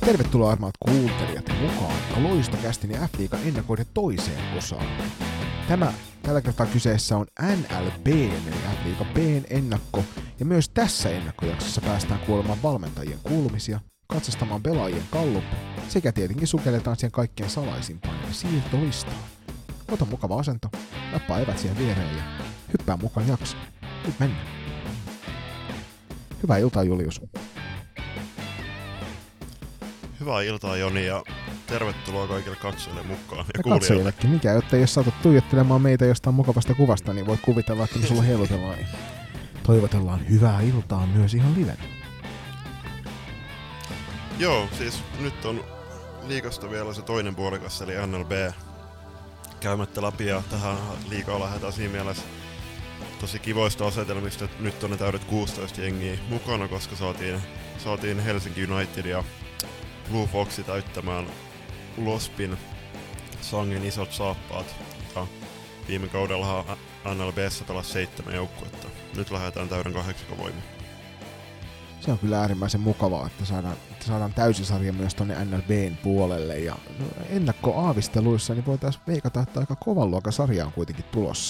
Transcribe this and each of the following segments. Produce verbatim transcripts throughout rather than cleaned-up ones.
Tervetuloa armaat kuuntelijat mukaan Loistokästin ja F-liigan ennakoiden toiseen osaan. Tämä tällä kertaa kyseessä on N L B eli F-liigan B:n ennakko, ja myös tässä ennakkojaksossa päästään kuulemaan valmentajien kuulumisia, katsastamaan pelaajien gallup sekä tietenkin sukelletaan siihen kaikkien salaisimpaan eli siirtolistaan. Ota mukava asento, nappaa evät siihen viereen ja hyppää mukaan jaksoon. Nyt mennään. Hyvää iltaa, Julius. Hyvää iltaa, Joni, ja tervetuloa kaikille katsojille mukaan. Ja, ja katsojillekin, mikä, jotta jos saatat tuijottelemaan meitä jostain mukavasta kuvasta, niin voit kuvitella, että me sulla heilutellaan. Toivotellaan hyvää iltaa myös ihan livenä. Joo, siis nyt on liigasta vielä se toinen puolikas, eli N L B käymättä läpi, ja tähän liigaan lähdetään siinä mielessä tosi kivoista asetelmista, että nyt on ne täydet kuusitoista jengiä mukana, koska saatiin, saatiin Helsinki United ja Blue Foxi täyttämään Lospin Sangin isot saappaat. Ja viime kaudellahan N L B:ssä pelasi seitsemän joukkuetta. Nyt lähdetään täyden kahdeksan voimin. Se on kyllä äärimmäisen mukavaa, että saadaan, että saadaan täysisarja myös tonne N L B:n puolelle. Ja ennakkoaavisteluissa niin voitaisiin veikata, että aika kovan luokan sarja on kuitenkin tulossa.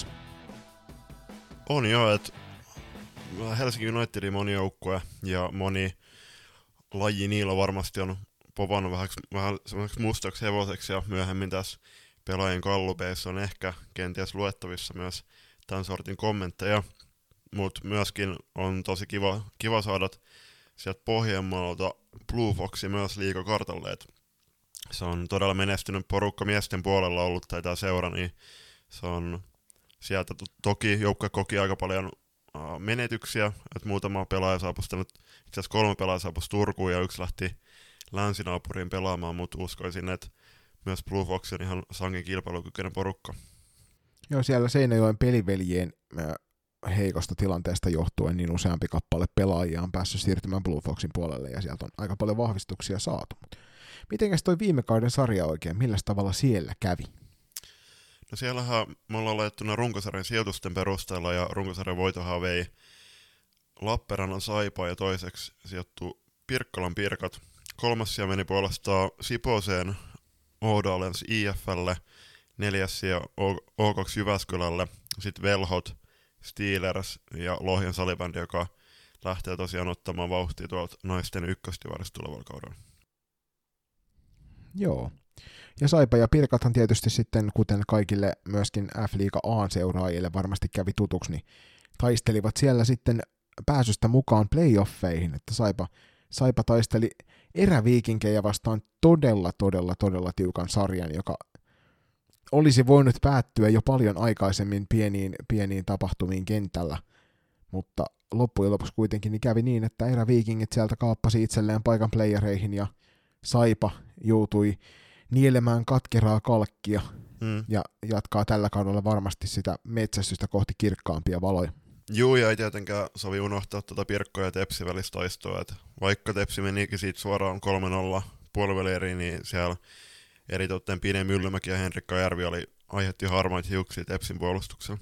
On joo, että Helsinki Unitedin moni joukkue ja moni laji niillä varmasti on povannut vähän, vähän semmoiseksi mustaksi hevoseksi, ja myöhemmin tässä pelaajien gallupeissa on ehkä kenties luettavissa myös tämän sortin kommentteja, mutta myöskin on tosi kiva, kiva saada sieltä Pohjanmaalta Blue Foxi myös liigakartalle. Se on todella menestynyt porukka miesten puolella ollut tai tämä seura, niin se on sieltä to- toki joukkue koki aika paljon uh, menetyksiä, että muutama pelaaja saapui, itse asiassa kolme pelaajaa saapui Turkuun ja yksi lähti länsinaapuriin pelaamaan, mutta uskoisin, että myös Blue Fox on ihan sangen kilpailukykyinen porukka. Joo, siellä Seinäjoen peliveljien äh, heikosta tilanteesta johtuen niin useampi kappale pelaajia on päässyt siirtymään Blue Foxin puolelle, ja sieltä on aika paljon vahvistuksia saatu. Mitenkäs toi viime kauden sarja oikein, millä tavalla siellä kävi? No siellähän me ollaan laittuna runkosarjan sijoitusten perusteella, ja runkosarjan voitohan vei Lappeenrannan Saipa, ja toiseksi sijoittui Pirkkalan Pirkat. Kolmas sija meni puolestaan Siposeen Oudalens I F:lle, neljäs sija O kaksi Jyväskylälle, sitten Velhot, Steelers ja Lohjan salibändi, joka lähtee tosiaan ottamaan vauhtia tuolta naisten ykköstivarista tulevalla kaudella. Joo. Ja Saipa ja Pirkathan tietysti sitten, kuten kaikille myöskin F-liiga A-seuraajille varmasti kävi tutuksi, niin taistelivat siellä sitten pääsystä mukaan playoffeihin, että Saipa, Saipa taisteli eräviikinkejä vastaan todella, todella, todella tiukan sarjan, joka olisi voinut päättyä jo paljon aikaisemmin pieniin, pieniin tapahtumiin kentällä, mutta loppujen lopuksi kuitenkin niin kävi niin, että eräviikingit sieltä kaappasi itselleen paikan playereihin, ja Saipa joutui nielemään katkeraa kalkkia hmm. ja jatkaa tällä kaudella varmasti sitä metsästystä kohti kirkkaampia valoja. Juu, ja ei tietenkään sovi unohtaa tuota Pirkko ja Tepsi välistä taistoa, että vaikka Tepsi menikin siitä suoraan kolme nolla puolivälieriin, niin siellä eritoten Pine Myllymäki ja Henrikka Järvi oli aiheutti harmaita hiuksia Tepsin puolustuksella.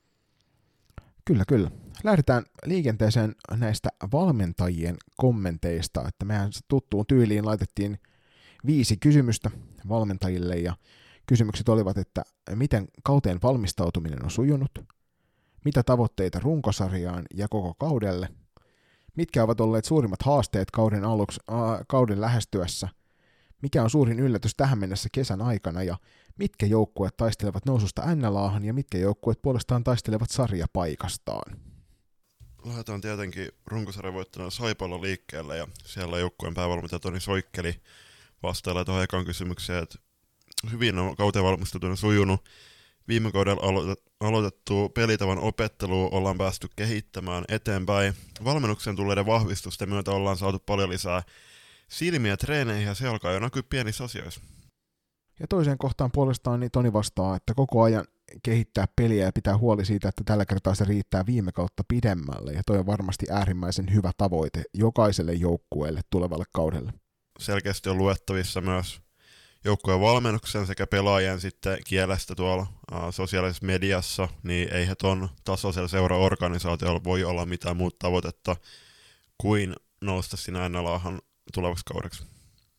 Kyllä, kyllä. Lähdetään liikenteeseen näistä valmentajien kommenteista, että mehän tuttuun tyyliin laitettiin viisi kysymystä valmentajille, ja kysymykset olivat, että miten kauteen valmistautuminen on sujunut, mitä tavoitteita runkosarjaan ja koko kaudelle, mitkä ovat olleet suurimmat haasteet kauden, aluksi, äh, kauden lähestyessä, mikä on suurin yllätys tähän mennessä kesän aikana, ja mitkä joukkueet taistelevat noususta N L A:han ja mitkä joukkueet puolestaan taistelevat sarjapaikastaan. Lähdetään tietenkin runkosarjan voittajana Saipalla liikkeelle, ja siellä joukkueen päävalmentaja Toni Soikkeli vastailee tuohon ekan kysymykseen, että hyvin on kauteen valmistettuna sujunut. Viime kaudella aloitettu pelitavan opettelua ollaan päästy kehittämään eteenpäin. Valmennuksen tulleiden vahvistusten myötä ollaan saatu paljon lisää silmiä treeneihin, ja se alkaa jo näkyä pienissä asioissa. Ja toiseen kohtaan puolestaan niin Toni vastaa, että koko ajan kehittää peliä ja pitää huoli siitä, että tällä kertaa se riittää viime kautta pidemmälle, ja toi on varmasti äärimmäisen hyvä tavoite jokaiselle joukkueelle tulevalle kaudelle. Selkeästi on luettavissa myös joukkueen valmennuksen sekä pelaajien sitten kielestä tuolla ää, sosiaalisessa mediassa, niin eihän ton tasoisella seuraorganisaatiolla voi olla mitään muuta tavoitetta kuin nousta sinä N L A:han tulevaksi kaudeksi.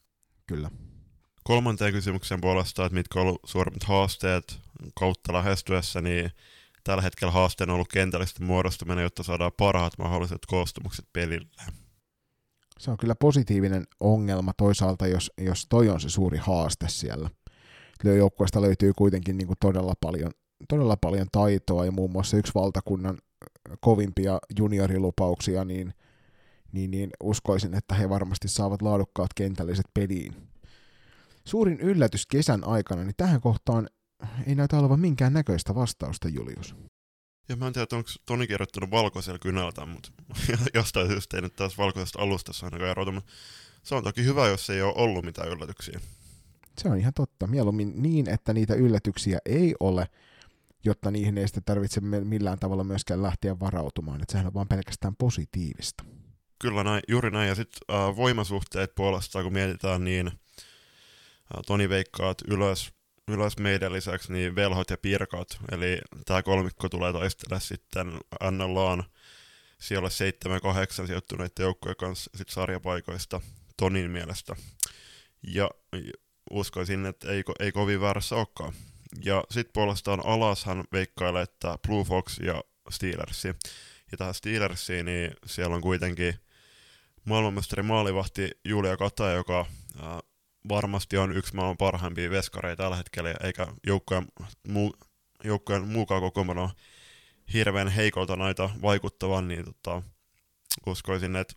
Kyllä. Kolmanteen kysymykseen puolestaan, että mitkä on ollut suurimmat haasteet kautta lähestyessä, niin tällä hetkellä haasteen on ollut kentällisten muodostuminen, jotta saadaan parhaat mahdolliset koostumukset pelille. Se on kyllä positiivinen ongelma toisaalta, jos, jos toi on se suuri haaste siellä. Joukkueesta löytyy kuitenkin niin kuin todella, paljon, todella paljon taitoa ja muun muassa yksi valtakunnan kovimpia juniorilupauksia, niin, niin, niin uskoisin, että he varmasti saavat laadukkaat kentälliset peliin. Suurin yllätys kesän aikana, niin tähän kohtaan ei näytä olevan minkään näköistä vastausta, Julius. Ja mä en tiedä, onko Toni kirjoittanut valkoisella kynältä, mutta jostain syystä ei nyt taas valkoisesta alustassa ainakaan erota, mutta se on toki hyvä, jos ei ole ollut mitään yllätyksiä. Se on ihan totta. Mieluummin niin, että niitä yllätyksiä ei ole, jotta niihin ei sitten tarvitse millään tavalla myöskään lähteä varautumaan. Että sehän on vaan pelkästään positiivista. Kyllä näin, juuri näin. Ja sitten äh, voimasuhteet puolestaan, kun mietitään, niin äh, Toni veikkaa, että ylös, ylös meidän lisäksi niin velhot ja pirkat. Eli tämä kolmikko tulee taistelemaan sitten N L A:n siellä seitsemän kahdeksan sijoittuneiden joukkojen kanssa sit sarjapaikoista Tonin mielestä. Ja uskoisin, että ei, ei kovin väärässä olekaan. Ja sitten puolestaan alas hän veikkailee, että Blue Fox ja Steelersi. Ja tähän Steelersiin, niin siellä on kuitenkin maailmanmestari maalivahti Julia Kataja, joka ää, varmasti on yksi maailman parhaimpia veskareita tällä hetkellä, eikä joukkojen, muu, joukkojen muukaan kokoonpano hirveän heikolta näitä vaikuttavan, niin tota, uskoisin, että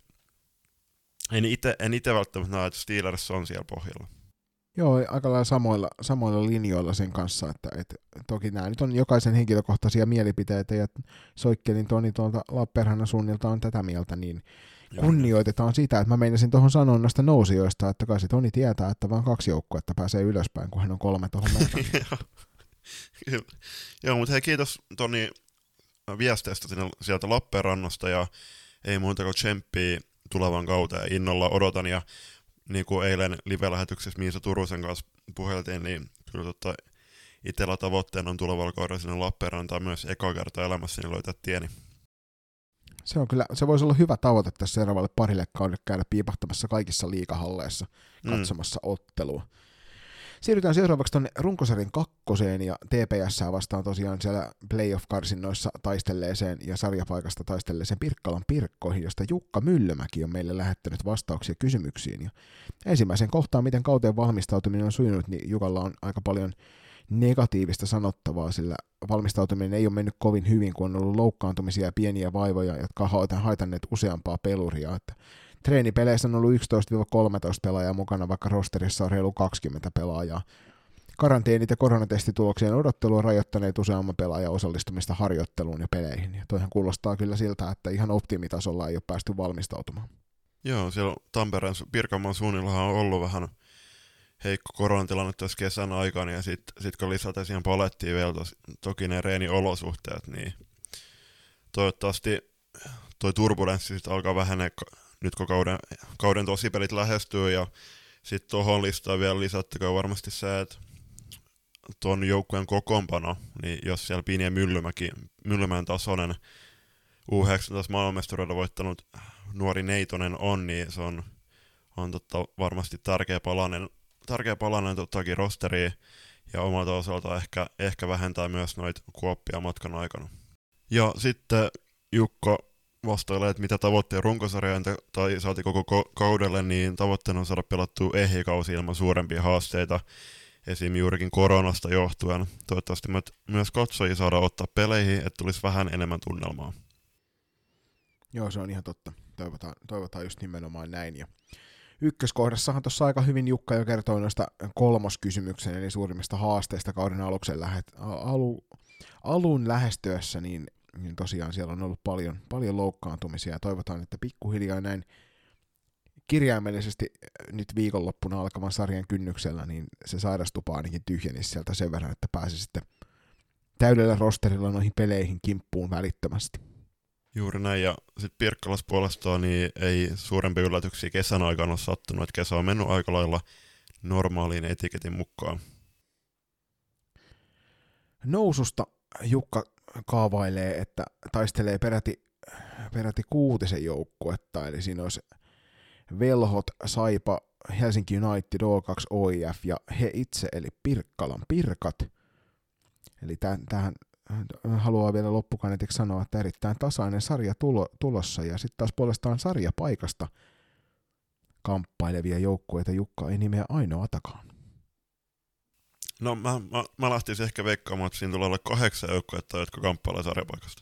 en ite, en ite välttämättä näe, että Steelers on siellä pohjalla. Joo, aika lailla samoilla, samoilla linjoilla sen kanssa, että, että toki nämä nyt on jokaisen henkilökohtaisia mielipiteitä, ja Soikkelin Toni tuolta Lappeenrannan suunnilta on tätä mieltä, niin kunnioitetaan sitä, että mä meinasin tuohon sanoa noista nousijoista, että kai se Toni tietää, että vaan kaksi joukkuetta pääsee ylöspäin, kun hän on kolme tuohon meitä. Joo, mutta hei, kiitos Toni viesteistä sieltä Lappeenrannasta, ja ei muuta kuin tsemppiä tulevan kauteen, innolla odotan, ja niin kuin eilen live-lähetyksessä Miisa Turusen kanssa puheltiin, niin kyllä totta itsellä tavoitteena on tulevalla kaudella sinne Lappeenrantaan myös eka kertaa elämässäni löytää tieni. Se on kyllä, se voisi olla hyvä tavoite tässä seuraavalle parille kaudelle käydä piipahtamassa kaikissa liigahalleissa katsomassa mm. ottelua. Siirrytään seuraavaksi tuonne runkosarjan kakkoseen, ja T P S vastaan tosiaan siellä playoff-karsinnoissa taistelleeseen ja sarjapaikasta taistelleeseen Pirkkalan Pirkkoihin, josta Jukka Myllymäki on meille lähettänyt vastauksia kysymyksiin. Ja ensimmäisen kohtaan, miten kauteen valmistautuminen on sujunut, niin Jukalla on aika paljon negatiivista sanottavaa, sillä valmistautuminen ei ole mennyt kovin hyvin, kun on ollut loukkaantumisia ja pieniä vaivoja, jotka ovat haitanneet useampaa peluria. Että treenipeleissä on ollut yksitoista kolmetoista pelaajaa mukana, vaikka rosterissa on reilu kaksikymmentä pelaajaa. Karanteenit ja koronatestituloksien odottelu on rajoittaneet useamman pelaajan osallistumista harjoitteluun ja peleihin. Ja toihan kuulostaa kyllä siltä, että ihan optimitasolla ei ole päästy valmistautumaan. Joo, siellä Tampereen Pirkanmaan suunnillahan on ollut vähän heikko koronatilanne tässä kesän aikana, ja sitten sit kun lisätään siihen palettiin vielä tos, toki ne reeniolosuhteet, niin toivottavasti toi turbulenssi sitten alkaa vähenee nyt kun kauden, kauden tosipelit lähestyy, ja sitten tuohon listaan vielä lisättäkö varmasti se, että tuon joukkueen kokoonpano, niin jos siellä Pini ja Myllymäki, Myllymäen tasoinen U yhdeksäntoista maailmanmestaruuden voittanut nuori Neitonen on, niin se on, on totta varmasti tärkeä palanen, tärkeä palanen tottakin rosteriin, ja omalta osalta ehkä, ehkä vähentää myös noita kuoppia matkan aikana. Ja sitten Jukka vastailee, että mitä tavoitteen runkosarjaan tai saati koko kaudelle, niin tavoitteena on saada pelattua ehjikausi ilman suurempia haasteita, esim. Juurikin koronasta johtuen. Toivottavasti myös katsojia saadaan ottaa peleihin, että tulisi vähän enemmän tunnelmaa. Joo, se on ihan totta. Toivotaan, toivotaan just nimenomaan näin. Ja ykköskohdassahan tuossa aika hyvin Jukka jo kertoi noista kolmoskysymyksen, eli suurimmista haasteista kauden aluksen lähet, alu, alun lähestyessä, niin niin tosiaan siellä on ollut paljon, paljon loukkaantumisia, ja toivotaan, että pikkuhiljaa näin kirjaimellisesti nyt viikonloppuna alkavan sarjan kynnyksellä, niin se sairastupa ainakin tyhjenisi sieltä sen verran, että pääsi sitten täydellä rosterilla noihin peleihin kimppuun välittömästi. Juuri näin, ja sitten Pirkkalas puolestaan niin ei suurempia yllätyksiä kesän aikana ole sattunut, että kesä on mennyt aika lailla normaaliin etiketin mukaan. Noususta Jukka kaavailee, että taistelee peräti, peräti kuutisen joukkuetta, eli siinä olisi Velhot, Saipa, Helsinki United, O kaksi O I F ja he itse, eli Pirkkalan Pirkat. Eli tähän haluaa vielä loppukaneetiksi sanoa, että erittäin tasainen sarja tulo, tulossa, ja sitten taas puolestaan sarjapaikasta kamppailevia joukkueita Jukka ei nimeä ainoatakaan. No mä, mä, mä lähtisin ehkä veikkaamaan, että siinä tulee olla kahdeksan joukkuetta, jotka kamppailee sarjapaikasta.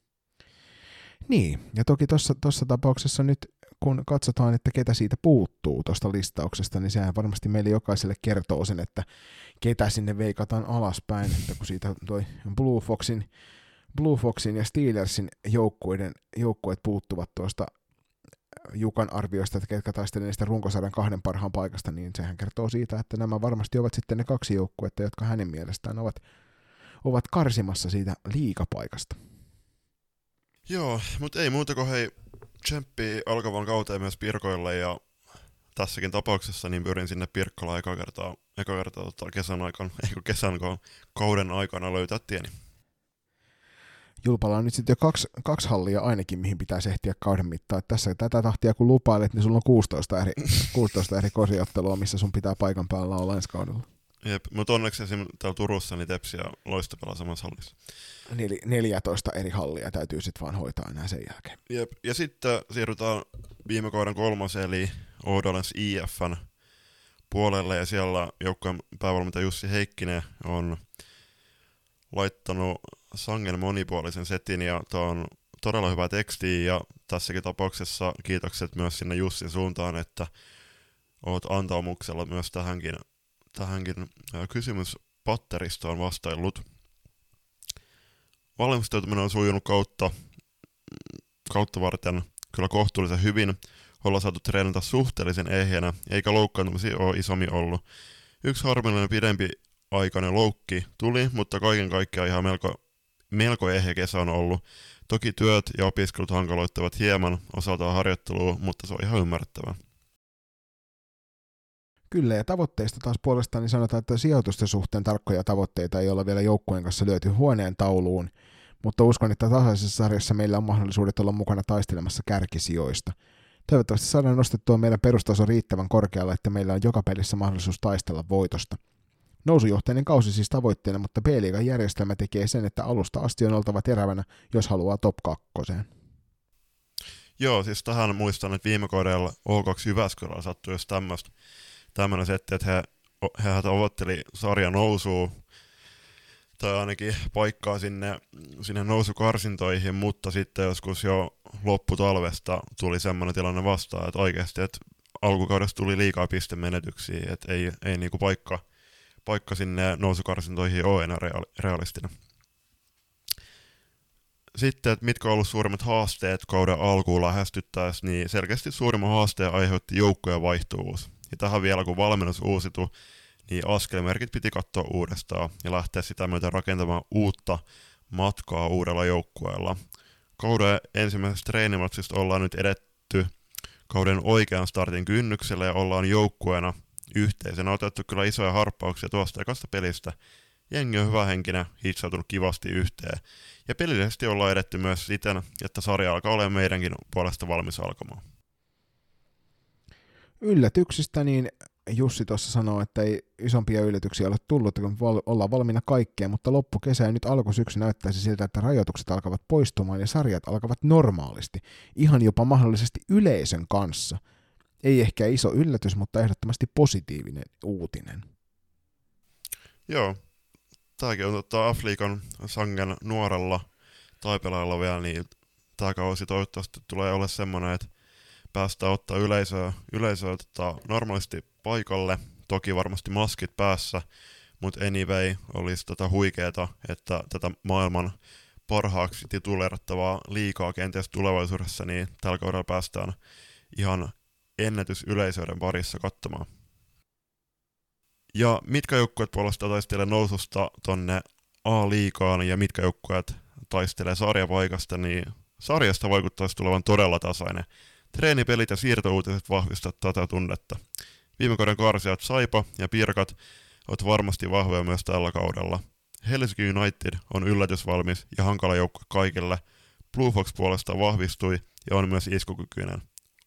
Niin, ja toki tuossa tapauksessa nyt, kun katsotaan, että ketä siitä puuttuu tuosta listauksesta, niin sehän varmasti meille jokaiselle kertoo sen, että ketä sinne veikataan alaspäin, että kun siitä toi Blue Foxin, Blue Foxin ja Steelersin joukkueiden, joukkueet puuttuvat tuosta Jukan arvioista, että ketkä taistelevat niistä runkosarjan kahden parhaan paikasta, niin sehän kertoo siitä, että nämä varmasti ovat sitten ne kaksi joukkuetta, jotka hänen mielestään ovat, ovat karsimassa siitä liigapaikasta. Joo, mutta ei muuta kuin hei, tsemppii alkavan kauteen myös Pirkoille, ja tässäkin tapauksessa niin pyrin sinne Pirkkolaan eka kertaa, eka kertaa tota kesän aikana, eikö kesän kauden aikana löytää tieni. Julpalla on nyt sitten jo kaksi, kaksi hallia ainakin, mihin pitäisi ehtiä kauden mittaan. Että tässä tätä tahtia kun lupailet, niin sulla on kuusitoista eri, kuusitoista eri kosiottelua, missä sun pitää paikan päällä olla ensi kaudella. Jep, mutta onneksi esimerkiksi täällä Turussa niin Tepsi ja Loisto pelaa samassa hallissa. Nel, neljätoista eri hallia täytyy sitten vaan hoitaa enää sen jälkeen. Jep, ja sitten siirrytään viime kauden kolmas, eli Oudolens I F:n puolelle, ja siellä joukkueen päävalmentaja Jussi Heikkinen on laittanut sangen monipuolisen setin, ja tämä on todella hyvä teksti, ja tässäkin tapauksessa kiitokset myös sinne Jussin suuntaan, että oot antaumuksella myös tähänkin, tähänkin kysymyspatteristoon vastaillut. Valmistautuminen on sujunut kautta, kautta varten kyllä kohtuullisen hyvin. Ollaan saatu treenata suhteellisen ehjänä, eikä loukkaantumisia ole isommin ollut. Yksi harmillinen pidempi aikainen loukki tuli, mutta kaiken kaikkiaan ihan melko, melko ehjä kesä on ollut. Toki työt ja opiskelut hankaloittavat hieman osaltaan harjoittelua, mutta se on ihan ymmärrettävää. Kyllä, ja tavoitteista taas puolestaan niin sanotaan, että sijoitusten suhteen tarkkoja tavoitteita ei olla vielä joukkueen kanssa lyöty huoneen tauluun, mutta uskon, että tasaisessa sarjassa meillä on mahdollisuudet olla mukana taistelemassa kärkisijoista. Toivottavasti saadaan nostettua meidän perustaso riittävän korkealle, että meillä on joka pelissä mahdollisuus taistella voitosta. Nousujohteinen kausi siis tavoitteena, mutta B-liigan järjestelmä tekee sen, että alusta asti on oltava terävänä, jos haluaa top kakkoseen. Joo, siis tähän muistan, että viime kaudella O kaksi Jyväskylällä sattui just tämmöistä tämmöinen setti, että he, he tavoitteli sarjan nousua tai ainakin paikkaa sinne, sinne nousukarsintoihin, mutta sitten joskus jo lopputalvesta tuli semmoinen tilanne vastaan, että oikeasti että alkukaudesta tuli liikaa pistemenetyksiä, että ei, ei niinku paikka, paikka sinne nousukarsintoihin ole enää realistinen. Sitten, että mitkä on ollut suurimmat haasteet kauden alkuun lähestyttäessä, niin selkeästi suurimman haasteen aiheutti joukkojen vaihtuvuus. Ja tähän vielä kun valmennus uusitui, niin askelmerkit piti katsoa uudestaan ja lähteä sitä myötä rakentamaan uutta matkaa uudella joukkueella. Kauden ensimmäisestä treenimatsista ollaan nyt edetty kauden oikean startin kynnyksellä ja ollaan joukkueena yhteisenä otettu kyllä isoja harppauksia tuosta ekasta pelistä. Jengi on hyvähenkinen, hitsautunut kivasti yhteen. Ja pelillisesti ollaan edetty myös siten, että sarja alkaa olemaan meidänkin puolesta valmis alkamaan. Yllätyksistä, niin Jussi tuossa sanoo, että ei isompia yllätyksiä ole tullut, kun val- ollaan valmiina kaikkeen, mutta loppukesä ja nyt alkusyksy näyttäisi siltä, että rajoitukset alkavat poistumaan ja sarjat alkavat normaalisti, ihan jopa mahdollisesti yleisön kanssa. Ei ehkä iso yllätys, mutta ehdottomasti positiivinen uutinen. Joo, tämäkin on tota F-liigan sangen nuorella taipelailla vielä, niin tämä kausi toivottavasti tulee olla semmoinen, että päästään ottaa yleisöä, yleisöä tota, normaalisti paikalle, toki varmasti maskit päässä, mutta anyway olisi tota huikeeta, että tätä maailman parhaaksi tituleerattavaa liigaa kenties tulevaisuudessa, niin tällä kaudella päästään ihan ennätysyleisöiden parissa katsomaan. Ja mitkä joukkueet puolestaan taistelee noususta tonne A-liigaan ja mitkä joukkueet taistelee sarjapaikasta, niin sarjasta vaikuttaisi tulevan todella tasainen. Treenipelit ja siirtouutiset vahvistavat tätä tunnetta. Viime kauden karsijat Saipa ja Pirkat ovat varmasti vahvoja myös tällä kaudella. Helsinki United on yllätysvalmis ja hankala joukkue kaikille. Blue Fox puolestaan vahvistui ja on myös iskukykyinen.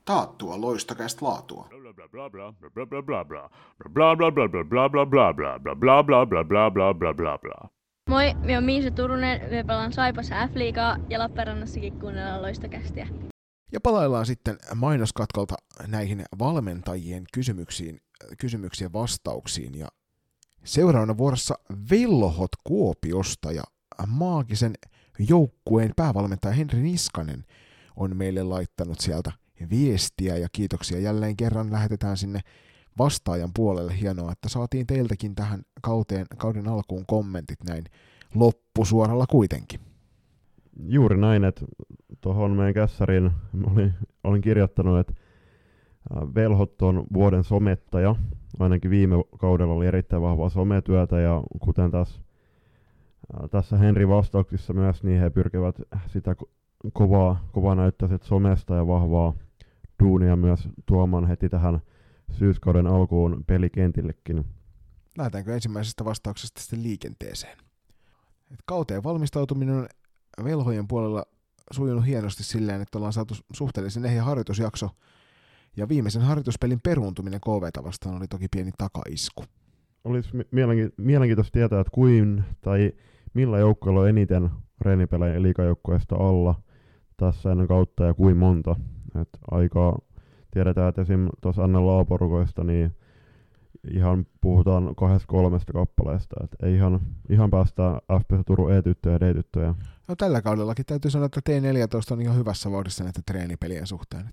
Taattua loistokästä laatua. Moi, minä olen Miisa Turunen, me pelaan Saipassa F-liigaa ja Lappeenrannassakin kuunnellaan loistokästiä. Ja palaillaan sitten mainoskatkolta näihin valmentajien kysymyksiin, kysymyksien vastauksiin. Ja seuraavana vuorossa Velhot Kuopiosta ja maagisen joukkueen päävalmentaja Henri Niskanen on meille laittanut sieltä viestiä ja kiitoksia jälleen kerran lähetetään sinne vastaajan puolelle. Hienoa, että saatiin teiltäkin tähän kauteen, kauden alkuun kommentit näin loppusuoralla kuitenkin. Juuri näin, että tuohon meidän kässäriin olin, olin kirjoittanut, että Velhot on vuoden somettaja. Ainakin viime kaudella oli erittäin vahvaa sometyötä ja kuten tässä, tässä Henri vastauksissa myös, niin he pyrkivät sitä kovaa, kovaa näyttäiset somesta ja vahvaa duunia myös tuomaan heti tähän syyskauden alkuun pelikentillekin. Lähdetäänkö ensimmäisestä vastauksesta sitten liikenteeseen? Et kauteen valmistautuminen on Velhojen puolella sujunut hienosti silleen, että ollaan saatu suhteellisen ehjä harjoitusjakso, ja viimeisen harjoituspelin peruuntuminen K V:tä vastaan oli toki pieni takaisku. Olisi mielenki- mielenkiintoista tietää, että kuin tai millä joukkueella on eniten reenipelejä liigajoukkueesta alla tässä ennen kautta ja kuin monta. Et aika tiedetään, että esim. Tuossa Anne Laaporukoista niin ihan puhutaan kahdesta kolmesta kappaleesta. Et ei ihan, ihan päästä F P S Turun E-tyttöjä ja D-tyttöjä. No, tällä kaudellakin täytyy sanoa, että T neljätoista on ihan hyvässä vauhdissa näitä treenipelien suhteen.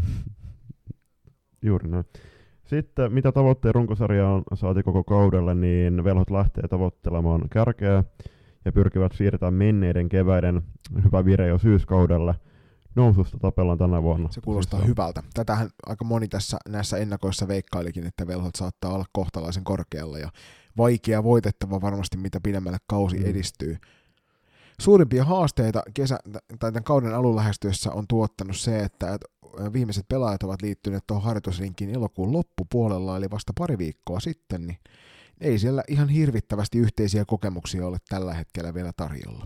Juuri näin. Sitten mitä tavoitteen runkosarjaan saati koko kaudelle, niin Velhot lähtee tavoittelemaan kärkeä ja pyrkivät siirtämään menneiden keväiden hyvä vire jo syyskaudelle. Noususta tapellaan tänä vuonna. Se kuulostaa siis hyvältä. Tätähän aika moni tässä näissä ennakoissa veikkailikin, että Velhot saattaa olla kohtalaisen korkealla ja vaikea voitettava varmasti, mitä pidemmälle kausi mm. edistyy. Suurimpia haasteita kesä, tai tämän kauden alun lähestyessä on tuottanut se, että viimeiset pelaajat ovat liittyneet tuohon harjoitusrinkiin elokuun loppupuolella, eli vasta pari viikkoa sitten, niin ei siellä ihan hirvittävästi yhteisiä kokemuksia ole tällä hetkellä vielä tarjolla.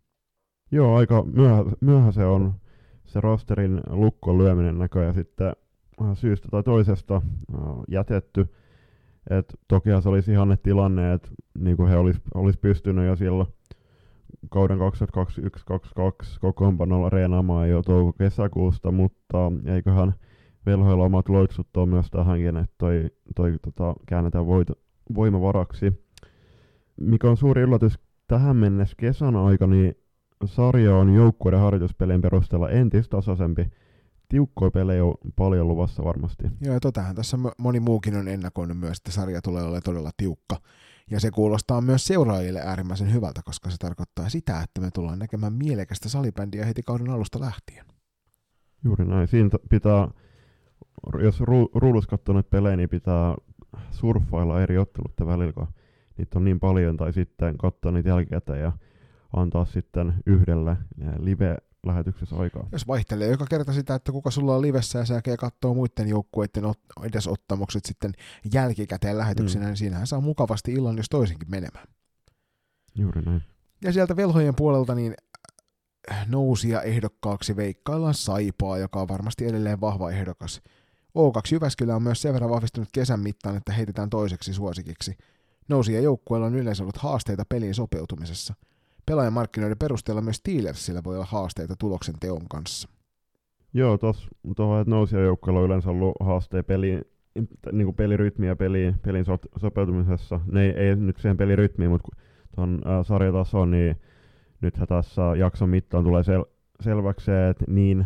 Joo, aika myöhä, myöhä se on se rosterin lukkoon lyöminen näköjään sitten syystä tai toisesta uh, jätetty. Et tokihan se olisi ihanne tilanne, että niinku he olisi olis pystynyt jo silloin kauden kaksituhattakaksikymmentäyksi kaksikymmentäkaksi kokoonpanolla reenaamaan jo touko-kesäkuusta, mutta eiköhän Velhoilla omat loitsut on myös tähänkin, että toi, toi tota, käännetään voit, voimavaraksi. Mikä on suuri yllätys tähän mennessä kesän aikana, niin sarja on joukkueiden harjoituspelien perusteella entistä tasaisempi. Tiukkoja pelejä on paljon luvassa varmasti. Joo, ja totähän tässä moni muukin on ennakoinut myös, että sarja tulee olemaan todella tiukka. Ja se kuulostaa myös seuraajille äärimmäisen hyvältä, koska se tarkoittaa sitä, että me tullaan näkemään mielekästä salibändiä heti kauden alusta lähtien. Juuri näin. Siinä pitää, jos ru- ruudussa katsoo noita pelejä, niin pitää surffailla eri otteluiden välillä, kun niitä on niin paljon, tai sitten katsoa niitä jälkikäteen ja antaa sitten yhdelle live-lähetyksessä aikaa. Jos vaihtelee joka kerta sitä, että kuka sulla on livessä ja sä katsoo muiden joukkueiden edesottamukset sitten jälkikäteen lähetyksenä, mm. niin siinähän saa mukavasti illan jos toisinkin menemään. Juuri näin. Ja sieltä Velhojen puolelta niin nousia ehdokkaaksi veikkaillaan Saipaa, joka on varmasti edelleen vahva ehdokas. O kaksi Jyväskylä on myös sen verran vahvistunut kesän mittaan, että heitetään toiseksi suosikiksi. Nousia joukkueella on yleensä ollut haasteita peliin sopeutumisessa. Pelaajamarkkinoiden perusteella myös Steelersillä voi olla haasteita tuloksen teon kanssa. Joo, tuossa nousijajoukkueella on yleensä ollut haasteita peliin, niin kuin pelirytmiä ja peliin, pelin so, sopeutumisessa. Ne ei, ei nyt siihen pelirytmiin, mutta tuon äh, sarjatasoon, niin nythän tässä jakson mittaan tulee sel, selväksi se, että niin,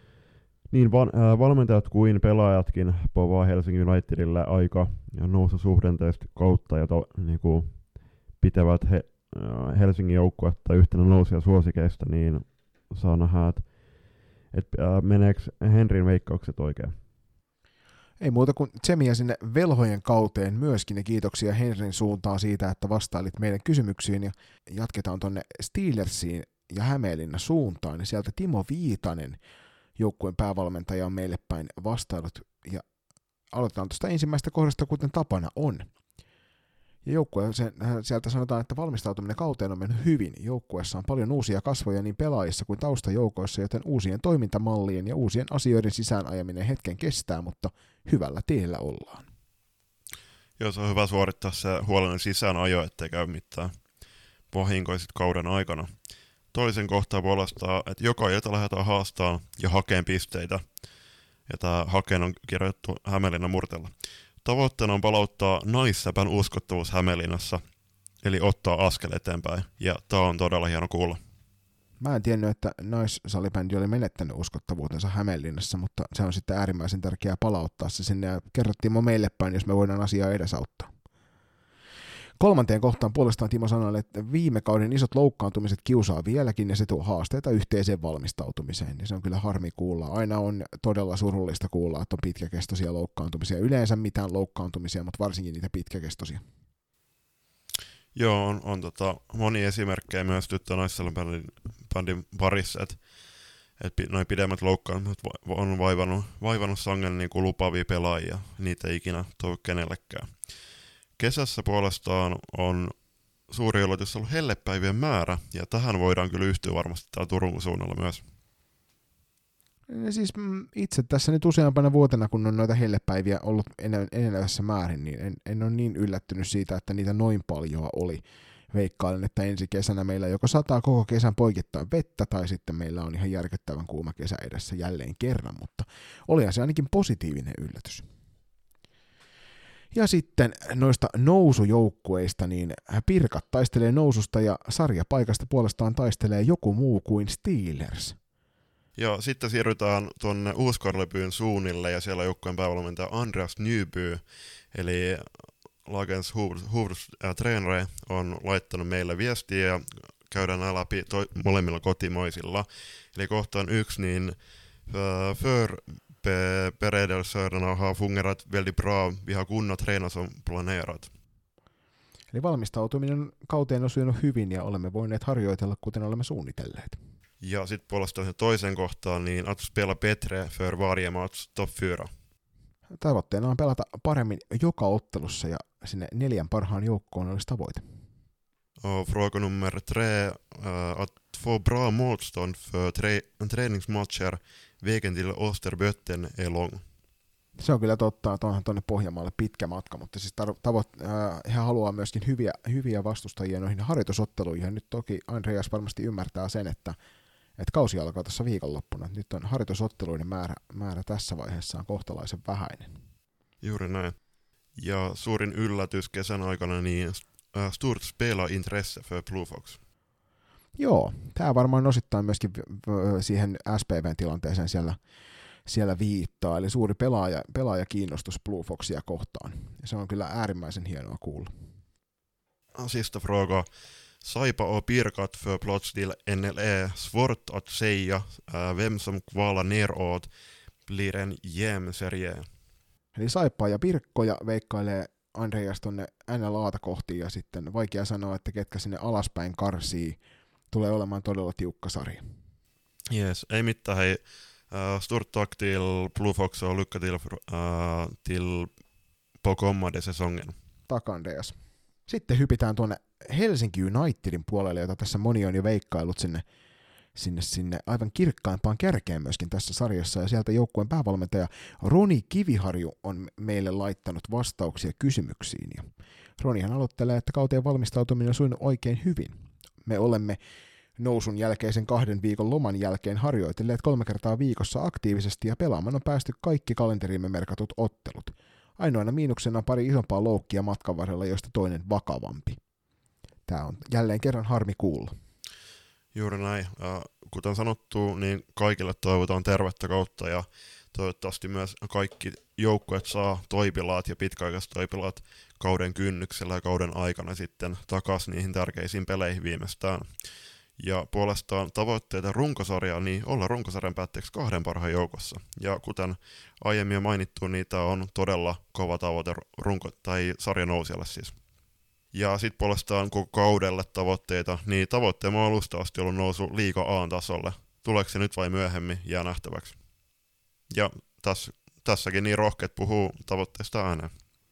niin van, äh, valmentajat kuin pelaajatkin povaa Helsingin Unitedille aika noususuhdanteista kautta ja to, niin kuin pitävät he, äh, Helsingin joukkuetta yhtenä nousia suosikeista, niin saa nähdä, että et, äh, meneekö Henrin veikkaukset oikein. Ei muuta kuin tsemiä sinne Velhojen kauteen myöskin ja kiitoksia Henrin suuntaan siitä, että vastailit meidän kysymyksiin ja jatketaan tonne Steelersiin ja Hämeenlinnan suuntaan. Ja sieltä Timo Viitanen, joukkueen päävalmentaja, on meille päin vastailut ja aloitetaan tuosta ensimmäistä kohdasta, kuten tapana on. Ja joukkue, se, sieltä sanotaan, että valmistautuminen kauteen on mennyt hyvin. Joukkueessa on paljon uusia kasvoja niin pelaajissa kuin taustajoukoissa, joten uusien toimintamallien ja uusien asioiden sisäänajaminen hetken kestää, mutta hyvällä tiellä ollaan. Joo, se on hyvä suorittaa se huolellinen sisäänajo, ettei käy mitään vahinkoisit kauden aikana. Toisen kohtaa puolestaan, että joka ilta lähdetään haastamaan ja hakeen pisteitä. Ja tämä hakeen on kirjoittu Hämeenlinnan murteella. Tavoitteena on palauttaa naissäpän uskottavuus Hämeenlinnassa, eli ottaa askel eteenpäin, ja tämä on todella hieno kuulla. Mä en tiennyt, että naissalibändi oli menettänyt uskottavuutensa Hämeenlinnassa, mutta se on sitten äärimmäisen tärkeää palauttaa se sinne, ja kerrottiin mo meille päin, jos me voidaan asiaa edesauttaa. Kolmanteen kohtaan puolestaan Timo sanoi, että viime kauden isot loukkaantumiset kiusaa vieläkin, ja se tuo haasteita yhteiseen valmistautumiseen, ja se on kyllä harmi kuulla. Aina on todella surullista kuulla, että on pitkäkestoisia loukkaantumisia, yleensä mitään loukkaantumisia, mutta varsinkin niitä pitkäkestoisia. Joo, on, on tota, moni esimerkkejä myös tyttö naissalibändin parissa, että et noin pidemmät loukkaantumiset on vaivannut, vaivannut sangen niin kuin lupaavia pelaajia, niitä ei ikinä toivo kenellekään. Kesässä puolestaan on suuri yllätys ollut hellepäivien määrä, ja tähän voidaan kyllä yhtyä varmasti täällä Turun suunnalla myös. Ja siis itse tässä nyt useampana vuotena, kun on noita hellepäiviä ollut enenevässä määrin, niin en, en ole niin yllättynyt siitä, että niitä noin paljon oli. Veikkailen, että ensi kesänä meillä joko sataa koko kesän poikittain vettä, tai sitten meillä on ihan järkyttävän kuuma kesä edessä jälleen kerran, mutta olihan se ainakin positiivinen yllätys. Ja sitten noista nousujoukkueista, niin Pirkat taistelee noususta ja sarjapaikasta puolestaan taistelee joku muu kuin Steelers. Ja sitten siirrytään tuonne Uuskarlepyyn suunnille, ja siellä joukkueen päävalmentaja Andreas Nyby, eli Lagens Huvudtränare, on laittanut meille viestiä ja käydään nämä läpi to- molemmilla kotimaisilla. Eli kohtaan yksi, niin för beredelserna har fungerat väldigt bra, vi har kunnat träna som planerat. Eli valmistautuminen kauteen on sujunut hyvin ja olemme voineet harjoitella, kuten olemme suunnitelleet. Ja sitten puolestaan se toisen kohtaan, niin att spela bättre för varje match top fyra. Tavoitteena on pelata paremmin joka ottelussa ja sinne neljän parhaan joukkoon olisi tavoite. Och fråga nummer tre, uh, att få bra motstånd för tre- träningsmatcher vägen till Österbötten är lång. Se on kyllä totta, että onhan tuonne Pohjanmaalle pitkä matka, mutta siis tavo- tavo- äh, he haluaa myöskin hyviä, hyviä vastustajia noihin harjoitusotteluihin. Ja nyt toki Andreas varmasti ymmärtää sen, että, että kausi alkaa tässä viikonloppuna. Nyt on harjoitusotteluiden määrä, määrä tässä vaiheessa on kohtalaisen vähäinen. Juuri näin. Ja suurin yllätys kesän aikana, niin uh, stort spelarintresse för Blue Fox. Joo, tämä varmaan osittain myöskin siihen S P V:n tilanteeseen siellä, siellä viittaa, eli suuri pelaaja, pelaajakiinnostus Blue Foxia kohtaan. Ja se on kyllä äärimmäisen hienoa kuulla. Sista fråga. Saipa och Pirkat för plats till N L E. Svårt att säga uh, vem som kvalar neråt blir en jämn serie. Eli Saippaa ja Pirkkoja veikkailee Andreas tonne N L A:ta kohti, ja sitten vaikea sanoa, että ketkä sinne alaspäin karsii. Tulee olemaan todella tiukka sarja. Yes, ei mitään. Hei, uh, stort tack till Blue Fox och lycka till, uh, till på kommande säsongen. Tack Andreas. Sitten hypitään tuonne Helsinki Unitedin puolelle, jota tässä moni on jo veikkailut sinne, sinne, sinne aivan kirkkaimpaan kärkeen myöskin tässä sarjassa, ja sieltä joukkueen päävalmentaja Roni Kiviharju on meille laittanut vastauksia kysymyksiin, ja Ronihan aloittelee, että kauteen valmistautuminen on sujunut oikein hyvin. Me olemme nousun jälkeisen kahden viikon loman jälkeen harjoitelleet kolme kertaa viikossa aktiivisesti, ja pelaamaan on päästy kaikki kalenterimme merkatut ottelut. Ainoana miinuksena on pari isompaa loukkia matkan varrella, josta toinen vakavampi. Tämä on jälleen kerran harmi kuulla. Juuri näin. Kuten sanottu, niin kaikille toivotaan tervettä kautta, ja toivottavasti myös kaikki joukkueet saa toipilaat ja pitkäaikaiset toipilaat kauden kynnyksellä ja kauden aikana sitten takaisin niihin tärkeisiin peleihin viimeistään. Ja puolestaan tavoitteita runkosarjaa, niin olla runkosarjan päätteeksi kahden parhaan joukossa. Ja kuten aiemmin jo mainittu, niitä on todella kova tavoite runko- tai sarjanousijalle siis. Ja sitten puolestaan koko kaudelle tavoitteita, niin tavoitteemme on alusta asti ollut nousu Liiga A:n tasolle. Tuleeko se nyt vai myöhemmin, jää nähtäväksi. Ja tässä, tässäkin niin rohkeat puhuu tavoitteista ääneen.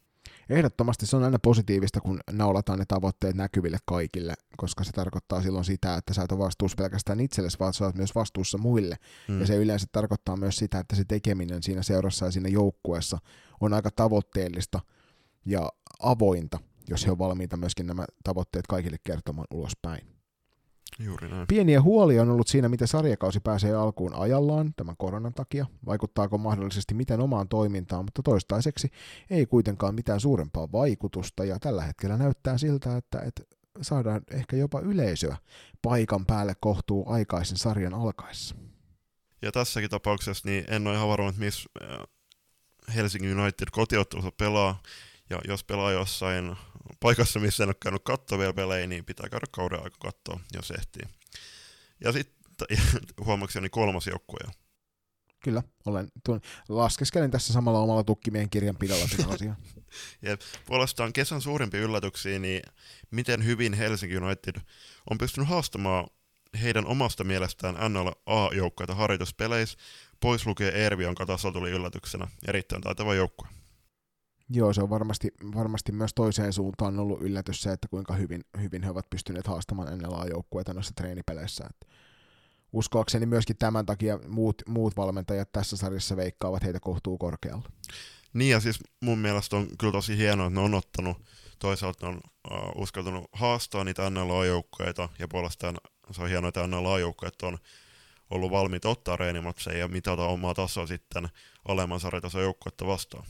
Ehdottomasti se on aina positiivista, kun naulataan ne tavoitteet näkyville kaikille, koska se tarkoittaa silloin sitä, että sä et ole vastuussa pelkästään itsellesi, vaan sä oot myös vastuussa muille. Mm. Ja se yleensä tarkoittaa myös sitä, että se tekeminen siinä seurassa ja siinä joukkueessa on aika tavoitteellista ja avointa, jos he on valmiita myöskin nämä tavoitteet kaikille kertomaan ulospäin. Juuri näin. Pieniä huolia on ollut siinä, miten sarjakausi pääsee alkuun ajallaan tämän koronan takia. Vaikuttaako mahdollisesti miten omaan toimintaan, mutta toistaiseksi ei kuitenkaan mitään suurempaa vaikutusta. Ja tällä hetkellä näyttää siltä, että, että saadaan ehkä jopa yleisöä paikan päälle kohtuu aikaisen sarjan alkaessa. Ja tässäkin tapauksessa niin en ole ihan varma, että missä Helsingin United kotiottelussa pelaa. Ja jos pelaa jossain paikassa, missä en ole käynyt katsoa vielä pelejä, niin pitää käydä kauden aika katsoa, jos ehtii. Ja sitten huomakseni kolmas joukkue. Kyllä, olen tuon, laskeskelen tässä samalla omalla tukkimiehen kirjanpidolla tätä asiaa. Ja puolestaan kesän suurimpia yllätyksiä, niin miten hyvin Helsinki United on pystynyt haastamaan heidän omasta mielestään N L A-joukkueita harjoituspeleissä, pois lukee Ervi, jonka taso tuli yllätyksenä. Erittäin taitava joukkue. Joo, se on varmasti, varmasti myös toiseen suuntaan ollut yllätys se, että kuinka hyvin, hyvin he ovat pystyneet haastamaan N L A-joukkueita noissa treenipeleissä. Että uskoakseni myöskin tämän takia muut, muut valmentajat tässä sarjassa veikkaavat heitä kohtuu korkealla. Niin ja siis mun mielestä on kyllä tosi hienoa, että ne on ottanut, toisaalta ne on uh, uskaltanut haastaa niitä N L A-joukkueita ja puolestaan se on hienoa, että N L A-joukkueet on ollut valmiit ottaa reenimatseja ja mitata omaa tasoa sitten alemman sarjatason joukkuetta vastaan.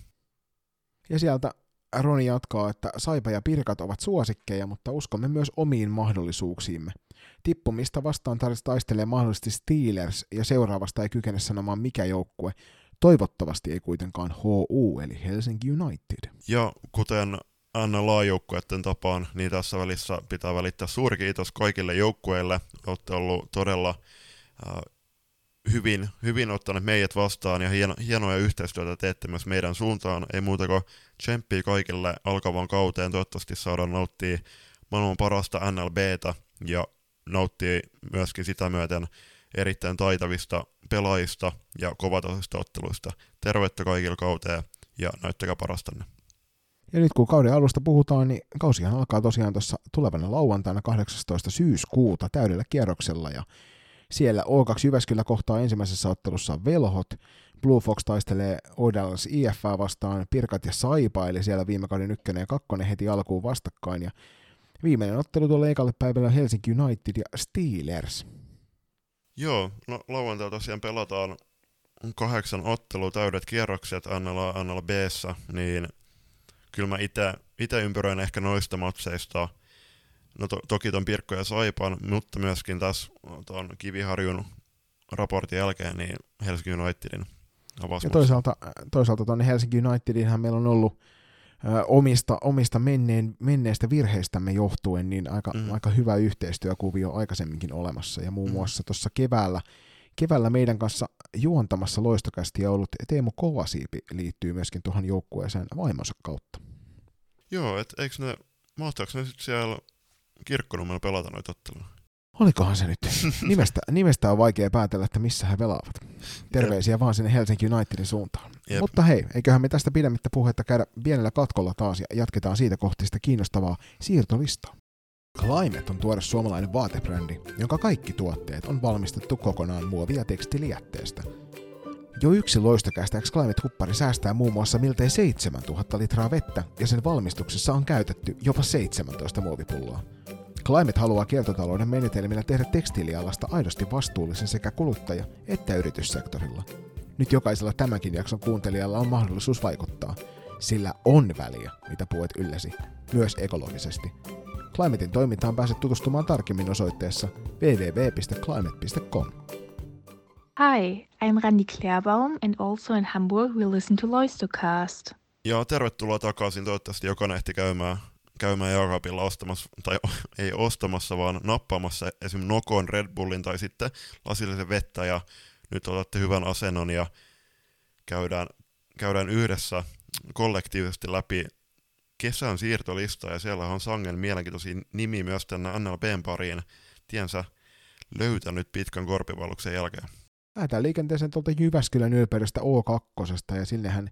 Ja sieltä Roni jatkaa, että Saipa ja Pirkat ovat suosikkeja, mutta uskomme myös omiin mahdollisuuksiimme. Tippumista vastaan taistelee mahdollisesti Steelers ja seuraavasta ei kykene sanomaan mikä joukkue. Toivottavasti ei kuitenkaan H U eli Helsinki United. Ja kuten N L A-joukkueiden tapaan, niin tässä välissä pitää välittää suuri kiitos kaikille joukkueille. Olette ollut todella äh, hyvin, hyvin ottaneet meidät vastaan ja hieno, hienoja yhteistyötä teette myös meidän suuntaan. Ei muuta kuin tsemppii kaikille alkavaan kauteen. Toivottavasti saadaan nauttia maailman parasta N L B:tä ja nauttia myöskin sitä myöten erittäin taitavista pelaajista ja kovatasoisista otteluista. Terveyttä kaikille kauteen ja näyttäkää parastanne. Ja nyt kun kauden alusta puhutaan, niin kausihan alkaa tosiaan tuossa tulevana lauantaina kahdeksastoista syyskuuta täydellä kierroksella ja siellä O kaksi Jyväskylä kohtaa ensimmäisessä ottelussa Velhot, Blue Fox taistelee Oilers I F A vastaan, Pirkat ja Saipa, eli siellä viime kauden ykkönen ja kakkonen heti alkuun vastakkain, ja viimeinen ottelu tuolle ekalle päivälle on Helsinki United ja Steelers. Joo, no lauantaina tosiaan pelataan kahdeksan ottelua, täydet kierrokset N L A, N L B:ssä, niin kyllä mä ite, ite ympyröin ehkä noista matseista. No to, toki ton Pirkko ja Saipan, mutta myöskin tässä ton Kiviharjun raportin jälkeen niin Helsinki Unitedin avausmatsi. Ja toisaalta, toisaalta tuonne Helsinki Unitedinhan meillä on ollut ö, omista, omista menneen, menneistä virheistämme johtuen niin aika, mm. aika hyvä yhteistyökuvio aikaisemminkin olemassa. Ja muun muassa tuossa keväällä, keväällä meidän kanssa juontamassa loistokästiä ollut Teemu Kovasiipi liittyy myöskin tuohon joukkueeseen vaimonsa kautta. Joo, et eikö ne, mahtaako ne sitten siellä Kirkkonummella pelata noita otteluja? Olikohan se nyt? Nimestä, nimestä on vaikea päätellä, että missä he pelaavat. Terveisiä vaan sinne Helsinki Unitedin suuntaan. Jep. Mutta hei, eiköhän me tästä pidemmittä puhetta käydä pienellä katkolla taas ja jatketaan siitä kohti sitä kiinnostavaa siirtolistaa. Climate on tuore suomalainen vaatebrändi, jonka kaikki tuotteet on valmistettu kokonaan muovi- ja tekstiilijätteestä. Jo yksi loistokästä Climate-huppari säästää muun muassa miltei seitsemäntuhatta litraa vettä ja sen valmistuksessa on käytetty jopa seitsemäntoista muovipulloa. Climate haluaa kiertotalouden menetelmillä tehdä tekstiilialasta aidosti vastuullisen sekä kuluttaja- että yrityssektorilla. Nyt jokaisella tämänkin jakson kuuntelijalla on mahdollisuus vaikuttaa, sillä on väliä, mitä puet ylläsi, myös ekologisesti. Climatein toimintaan pääset tutustumaan tarkemmin osoitteessa double-u double-u double-u piste climate piste com. Hi, I'm Randi Klärbaum and also in Hamburg we listen to Loistocast. Ja tervetuloa takaisin, toivottavasti jokainen ehti käymään, käymään jääkaapilla ostamassa, tai ei ostamassa, vaan nappaamassa esim. Nokon, Red Bullin tai sitten lasillisen vettä ja nyt otatte hyvän asennon ja käydään, käydään yhdessä kollektiivisesti läpi kesän siirtolistaa ja siellä on sangen mielenkiintoisia nimi myös tänne N L B:n pariin. Tiensä löytänyt pitkän korpivalluksen jälkeen. Lähdetään liikenteeseen tuolta Jyväskylän ylpeydestä O kaksi ja sinnehän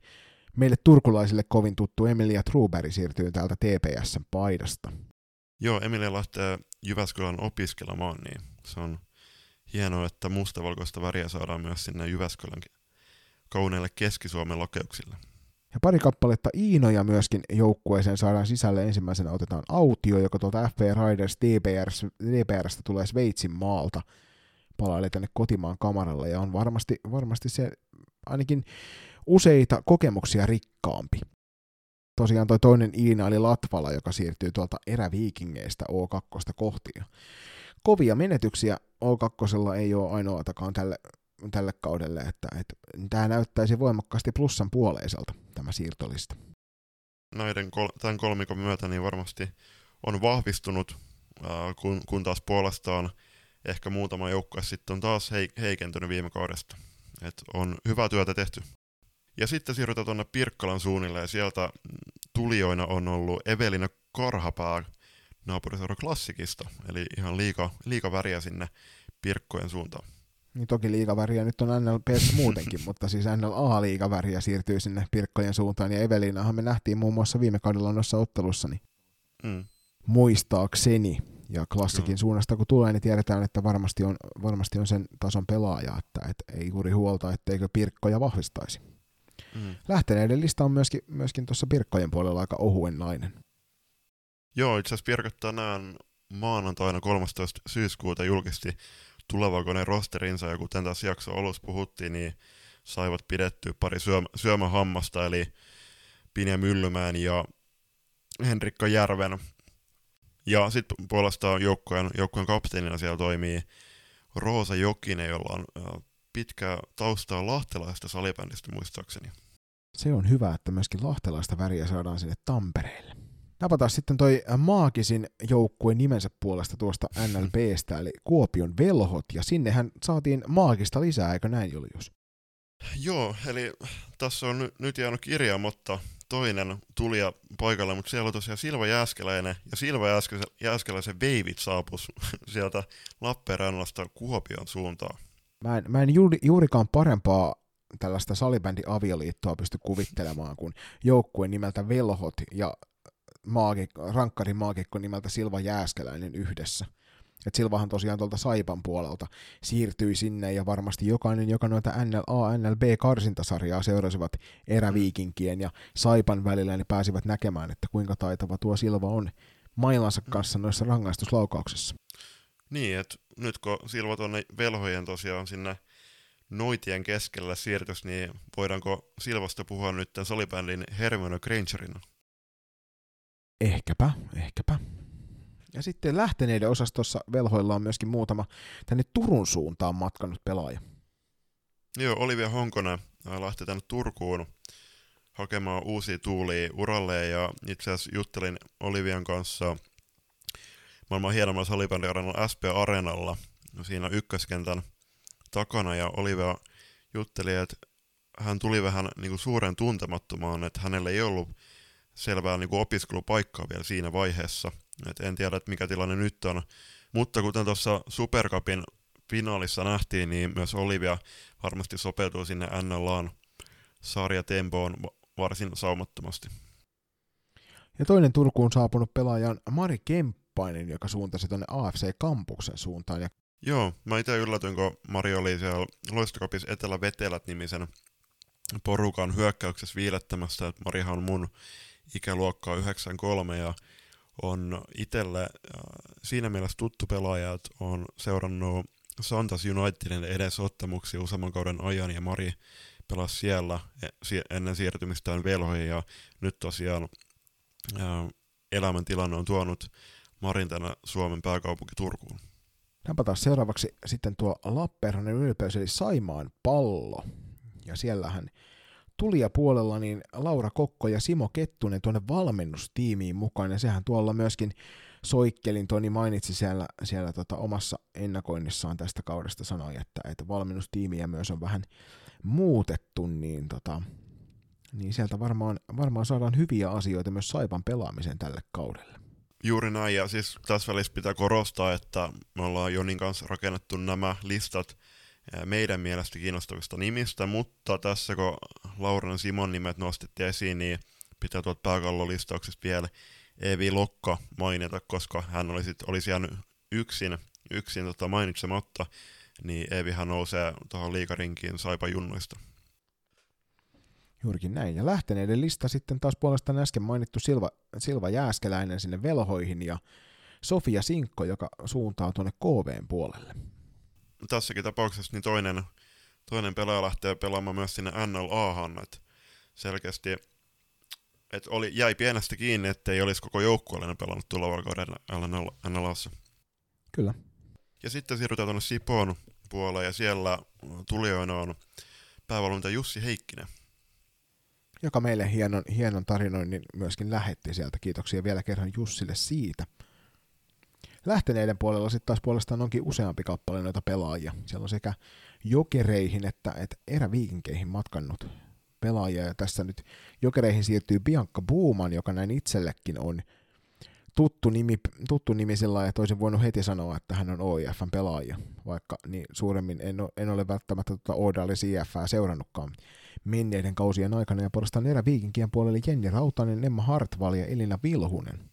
meille turkulaisille kovin tuttu Emilia Truberg siirtyy täältä T P S:n paidasta. Joo, Emilia lähtee Jyväskylän opiskelemaan, niin se on hienoa, että mustavalkoista väriä saadaan myös sinne Jyväskylän kauneille Keski-Suomen lakeuksille. Ja pari kappaletta Iinoja myöskin joukkueeseen saadaan sisälle. Ensimmäisenä otetaan Autio, joka tuolta F P Riders D P R:stä tulee Sveitsin maalta. Palailee tänne kotimaan kamaralle ja on varmasti, varmasti se ainakin useita kokemuksia rikkaampi. Tosiaan toi toinen Iina oli Latvala, joka siirtyy tuolta eräviikingeistä O kaksi kohti. Kovia menetyksiä O kaksi ei ole ainoatakaan tälle, tälle kaudelle, että, että tämä näyttäisi voimakkaasti plussan puoleiselta, tämä siirtolista. Näiden kol- tämän kolmikon myötä niin varmasti on vahvistunut, äh, kun, kun taas puolestaan ehkä muutama joukkue sitten on taas heik- heikentynyt viime kaudesta. Et on hyvää työtä tehty. Ja sitten siirrytään tuonne Pirkkalan suunnille, ja sieltä tulijoina on ollut Evelina Karhapää naapuriseura Klassikista, eli ihan liika, liika väriä sinne Pirkkojen suuntaan. Niin toki liigaväriä nyt on N L P:ssä muutenkin, mutta siis N L A-liigaväriä siirtyy sinne Pirkkojen suuntaan, ja Evelinahan me nähtiin muun muassa viime kaudella noissa ottelussa, niin mm. muistaakseni. Ja Klassikin no. suunnasta kun tulee, niin tiedetään, että varmasti on, varmasti on sen tason pelaaja, että et ei juuri huolta, etteikö Pirkkoja vahvistaisi. Mm. Lähteneiden lista on myöskin, myöskin tuossa Pirkkojen puolella aika ohuen nainen. Joo, itse asiassa Pirkot tänään maanantaina kolmastoista syyskuuta julkisti tulevakoneen rosterinsa, ja kuten tässä jakso alussa puhuttiin, niin saivat pidettyä pari syömä, syömähammasta, eli Pinja Myllymäen ja Henrikka Järven. Ja sitten puolestaan joukkueen, joukkueen kapteenina siellä toimii Roosa Jokinen, jolla on pitkää taustaa lahtelaista salibändistä muistaakseni. Se on hyvä, että myöskin lahtelaista väriä saadaan sinne Tampereelle. Napataan sitten toi maagisin joukkueen nimensä puolesta tuosta N L B:stä, eli Kuopion Velhot, ja sinnehän saatiin maagista lisää, eikö näin, Julius? Joo, eli tässä on ny- nyt jäänyt kirjaamatta toinen tulija paikalle, mutta siellä on tosiaan Silva Jääskeläinen, ja Silva Jääskelä- Jääskeläisen veivit saapus sieltä Lappeenrannasta Kuopion suuntaan. Mä en, mä en juuri, juurikaan parempaa tällaista salibändi-avioliittoa pysty kuvittelemaan kuin joukkueen nimeltä Velhot ja maagik- rankkarin maagikko nimeltä Silva Jääskeläinen yhdessä. Et Silvahan tosiaan tuolta Saipan puolelta siirtyi sinne, ja varmasti jokainen, joka noita N L A, N L B-karsintasarjaa seurasivat eräviikinkien ja Saipan välillä, niin pääsivät näkemään, että kuinka taitava tuo Silva on mailansa kanssa noissa rangaistuslaukauksissa. Niin, että nyt kun Silva tuonne Velhojen tosiaan sinne noitien keskellä siirtys, niin voidaanko Silvasta puhua nyt tämän salibändin Hermione Grangerina? Ehkäpä, ehkäpä. Ja sitten lähteneiden osastossa Velhoilla on myöskin muutama tänne Turun suuntaan matkannut pelaaja. Joo, Olivia Honkonen lähti tänne Turkuun hakemaan uusia tuulia uralleen, ja itse asiassa juttelin Olivian kanssa maailman hienommalla salibändiarenalla S P Areenalla siinä ykköskentän takana, ja Olivia jutteli, että hän tuli vähän niin kuin suuren tuntemattomaan, että hänellä ei ollut selvää niin kuin opiskelupaikkaa vielä siinä vaiheessa. Et en tiedä, että mikä tilanne nyt on, mutta kuten tuossa Super Cupin finaalissa nähtiin, niin myös Olivia varmasti sopeutuu sinne N L A:n sarjatempoon varsin saumattomasti. Ja toinen Turkuun saapunut pelaaja on Mari Kemppainen, joka suuntasi tuonne A F C-kampuksen suuntaan. Ja Joo, mä itse yllätyin, kun Mari oli siellä Loistokapissa Etelä-Vetelät-nimisen porukan hyökkäyksessä viilettämässä, että Marihan on mun ikäluokkaa yhdeksänkymmentäkolme, ja on itselle äh, siinä mielessä tuttu pelaaja, että on seurannut Santas Unitedin edesottamuksia useamman kauden ajan, ja Mari pelasi siellä ennen siirtymistään Velhoihin, ja nyt tosiaan äh, elämäntilanne on tuonut Marin tänne Suomen pääkaupunki Turkuun. Napataan seuraavaksi sitten tuo Lappeenrannan ylpeys, eli Saimaan Pallo, ja siellähän tulijapuolella niin Laura Kokko ja Simo Kettunen tuonne valmennustiimiin mukaan, ja sehän tuolla myöskin Soikkelin Toni mainitsi siellä, siellä tota omassa ennakoinnissaan tästä kaudesta, sanoi, että, että valmennustiimiä myös on vähän muutettu, niin, tota, niin sieltä varmaan, varmaan saadaan hyviä asioita myös Saipan pelaamiseen tälle kaudelle. Juuri näin, ja siis tässä välissä pitää korostaa, että me ollaan Jonin kanssa rakennettu nämä listat meidän mielestä kiinnostavista nimistä, mutta tässä kun Lauran Simon nimet nostettiin esiin, niin pitää tuolta pääkallolistauksesta vielä Eevi Lokka mainita, koska hän oli sit, olisi jäänyt yksin, yksin tota mainitsematta, niin Eevihän nousee tuohon liigarinkiin Saipa junnuista. Juurikin näin. Ja lähteneiden lista sitten taas puolestaan äsken mainittu Silva, Silva Jääskeläinen sinne Velhoihin ja Sofia Sinkko, joka suuntaa tuonne K V:n puolelle. Tässäkin tapauksessa niin toinen, toinen pelaaja lähtee pelaamaan myös sinne N L A:han, että selkeästi et oli, jäi pienestä kiinni, ettei olisi koko joukkueellinen pelannut tulevalla kaudella N L A:ssa. Kyllä. Ja sitten siirrytään tuonne Sipoon puolelle, ja siellä tulijoina on päävalmentaja Jussi Heikkinen. Joka meille hienon, hienon tarinoinnin myöskin lähetti sieltä. Kiitoksia vielä kerran Jussille siitä. Lähteneiden puolella sitten taas puolestaan onkin useampi kappale noita pelaajia. Siellä on sekä Jokereihin että, että eräviikinkeihin matkannut pelaajia. Ja tässä nyt Jokereihin siirtyy Bianca Booman, joka näin itsellekin on tuttu nimi, tuttu nimi sillä lailla, että olisin voinut heti sanoa, että hän on O I F:n pelaaja. Vaikka niin suuremmin en ole, en ole välttämättä tuota Oodallis I F:ää seurannutkaan menneiden kausien aikana. Ja puolestaan eräviikinkien puolelle Jenni Rautanen, Emma Hartwall ja Elina Vilhunen.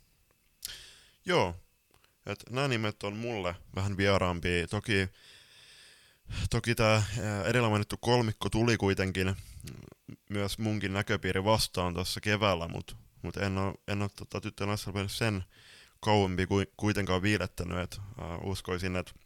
Joo. Et nämä nimet on mulle vähän vieraampia. Toki, toki tämä edellä mainittu kolmikko tuli kuitenkin myös munkin näköpiiri vastaan tuossa keväällä, mutta mut en ole, en ole tota, tyttöjen naisella sen kauempi kuitenkaan viilettänyt. Et, uh, uskoisin, että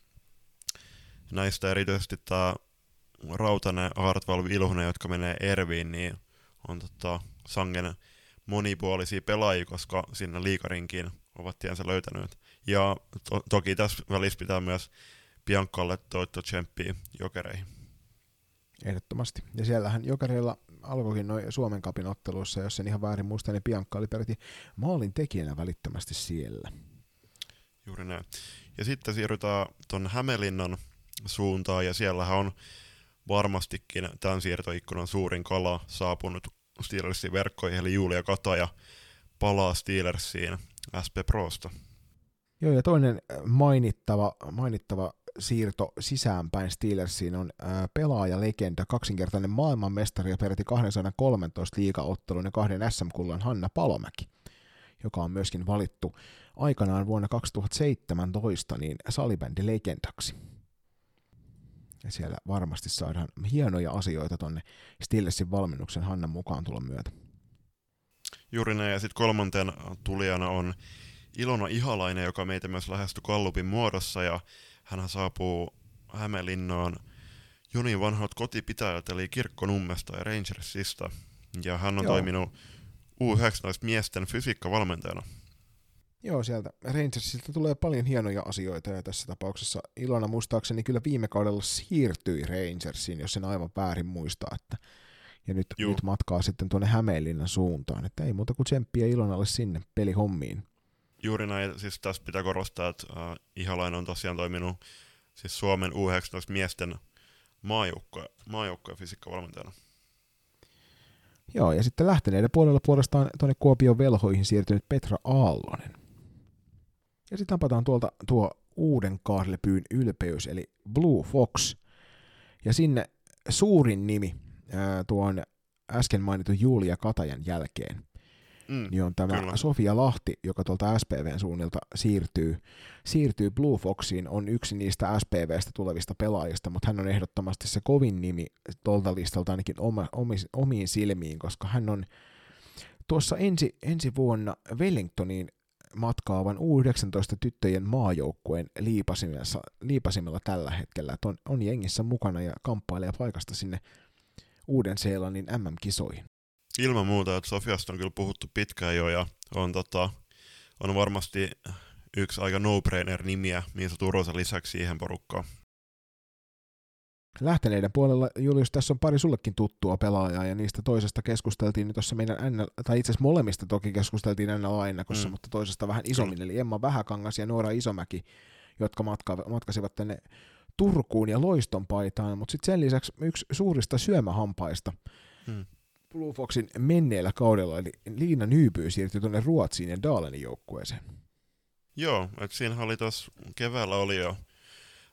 näistä erityisesti tämä Rautanen, Hartwall, Vilhunen, jotka menee Erviin, niin on tota, sangen monipuolisia pelaajia, koska sinne liigarinkiin ovat tiensä löytäneet. Ja to- toki tässä välissä pitää myös Biancalle toittaa tsemppiä Jokereihin. Ehdottomasti. Ja siellähän Jokereilla alkoikin noin Suomen Cupin otteluissa, jos en ihan väärin muista, niin Bianca oli peräti maalin tekijänä välittömästi siellä. Juuri näin. Ja sitten siirrytään tuonne Hämeenlinnan suuntaan, ja siellähän on varmastikin tämän siirtoikkunan suurin kala saapunut Steelersin verkkoihin, eli Julia Kataja palaa Steelersiin S P Prosta. Joo, ja toinen mainittava, mainittava siirto sisäänpäin Steelersiin on ää, pelaajalegenda, kaksinkertainen maailmanmestari ja peräti kaksisataakolmetoista liigaottelun ja kahden S M-kullan Hanna Palomäki, joka on myöskin valittu aikanaan vuonna kaksituhattaseitsemäntoista niin salibändilegendaksi. Ja siellä varmasti saadaan hienoja asioita tonne Steelersin valmennuksen Hannan mukaan tulon myötä. Juuri näin, ja sitten kolmanten tulijana on Ilona Ihalainen, joka meitä myös lähestyi Gallupin muodossa, ja hän saapuu Hämeenlinnaan Junin vanhat kotipitäjät, eli Kirkkonummesta ja Rangersista, ja hän on Joo. toiminut U yhdeksäntoista miesten fysiikkavalmentajana. Joo, sieltä Rangersilta tulee paljon hienoja asioita, ja tässä tapauksessa Ilona muistaakseni kyllä viime kaudella siirtyi Rangersiin, jos sen aivan väärin muistaa, että ja nyt, nyt matkaa sitten tuonne Hämeenlinnan suuntaan, että ei muuta kuin tsemppiä Ilonalle sinne pelihommiin. Juuri näin, siis tässä pitää korostaa, että uh, Ihalainen on tosiaan toiminut siis Suomen U yhdeksäntoista miesten maajoukkoja, maajoukkoja fysiikkavalmentajana. Joo, ja sitten lähteneiden puolella puolestaan tuonne Kuopion Velhoihin siirtynyt Petra Aallonen. Ja sitten napataan tuolta tuo uuden kaarlepyyn ylpeys, eli Blue Fox. Ja sinne suurin nimi ää, tuon äsken mainitun Julia Katajan jälkeen, mm, niin on tämä kyllä. Sofia Lahti, joka tuolta S P V:n suunnilta siirtyy, siirtyy Blue Foxiin, on yksi niistä S P V:stä tulevista pelaajista, mutta hän on ehdottomasti se kovin nimi tuolta listalta ainakin oma, omi, omiin silmiin, koska hän on tuossa ensi, ensi vuonna Wellingtoniin matkaavan U yhdeksäntoista tyttöjen maajoukkueen liipasimella, liipasimella tällä hetkellä, että on, on jengissä mukana ja kamppailee paikasta sinne Uuden-Seelannin M M-kisoihin. Ilman muuta, että Sofiasta on kyllä puhuttu pitkään jo, ja on, tota, on varmasti yksi aika no-brainer-nimiä Miisa Turusen lisäksi siihen porukkaan. Lähteneiden puolella, Julius, tässä on pari sullekin tuttua pelaajaa, ja niistä toisesta keskusteltiin nyt tuossa meidän N L, tai itse asiassa molemmista toki keskusteltiin N L A-ennakossa, mm. mutta toisesta vähän isommin, eli Emma Vähäkangas ja Noora Isomäki, jotka matka, matkasivat tänne Turkuun ja Loiston paitaan, mutta sitten sen lisäksi yksi suurista syömähampaista mm. Blue Foxin menneellä kaudella, eli Liina Nyby siirtyi tuonne Ruotsiin ja Dalenin joukkueeseen. Joo, että siinähän oli tuossa keväällä oli jo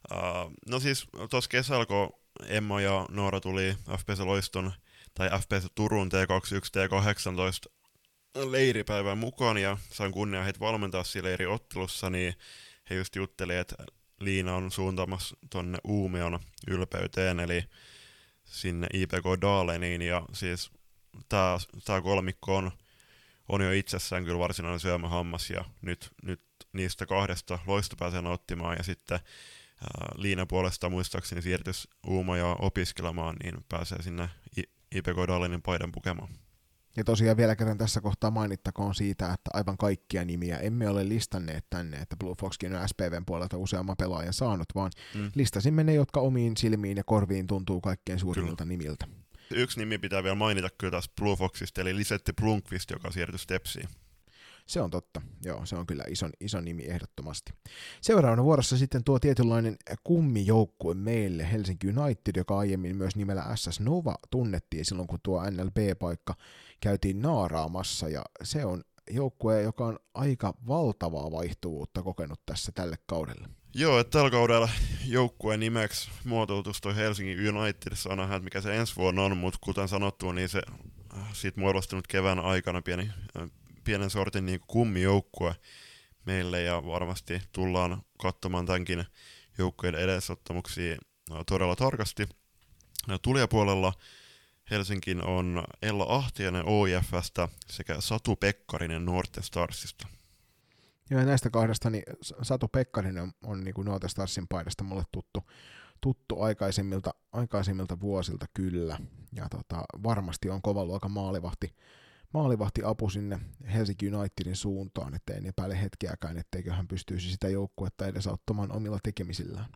Uh, no siis tuossa kesällä, kun Emma ja Noora tuli F P C Loiston tai F P C Turun T kaksikymmentäyksi T kahdeksantoista leiripäivään mukaan ja sain kunnia heitä valmentaa siinä leiriottelussa, niin he just jutteli, että Liina on suuntaamassa tonne Uumeon ylpeyteen, eli sinne I P K Daaleniin, ja siis tää, tää kolmikko on, on jo itsessään kyllä varsinainen syömähammas, ja nyt, nyt niistä kahdesta Loisto pääsee nauttimaan, ja sitten ää, Liina puolestaan muistaakseni siirtyisi Uumojaa opiskelemaan, niin pääsee sinne I P K Daalenin paidan pukemaan. Ja tosiaan vielä kerran tässä kohtaa mainittakoon siitä, että aivan kaikkia nimiä emme ole listanneet tänne, että Blue Foxkin on S P V:n puolelta useamman pelaajan saanut, vaan mm. listasimme ne, jotka omiin silmiin ja korviin tuntuu kaikkein suurimmilta kyllä. nimiltä. Yksi nimi pitää vielä mainita kyllä tästä Blue Foxista, eli Lisetti Blomqvist, joka siirtyi Stepsiin. Se on totta. Joo, se on kyllä ison, ison nimi ehdottomasti. Seuraavana vuorossa sitten tuo tietynlainen kummijoukkue meille, Helsinki United, joka aiemmin myös nimellä S S Nova tunnettiin silloin, kun tuo N L B-paikka käytiin naaraamassa, ja se on joukkue, joka on aika valtavaa vaihtuvuutta kokenut tässä tälle kaudelle. Joo, että tällä kaudella joukkueen nimeksi muotoutus toi Helsingin United, saa nähdä, mikä se ensi vuonna on, mutta kuten sanottu, niin se siitä muodostunut kevään aikana pieni, pienen sortin niin kummijoukkue meille, ja varmasti tullaan katsomaan tämänkin joukkueen edesottamuksia todella tarkasti. Tulijapuolella Helsingin on Ella Ahtiainen O I F:stä sekä Satu Pekkarinen Northern Starsista. Joo, ja näistä kahdesta niin Satu Pekkarinen on, on niin kuin Northern Starsin paidasta mulle tuttu, tuttu aikaisemmilta, aikaisemmilta vuosilta kyllä. Ja tota, varmasti on kovan luokan maalivahti, maalivahti apu sinne Helsinki Unitedin suuntaan, ettei en epäile hetkeäkään, etteikö hän pystyisi sitä joukkuetta edesauttamaan omilla tekemisillään.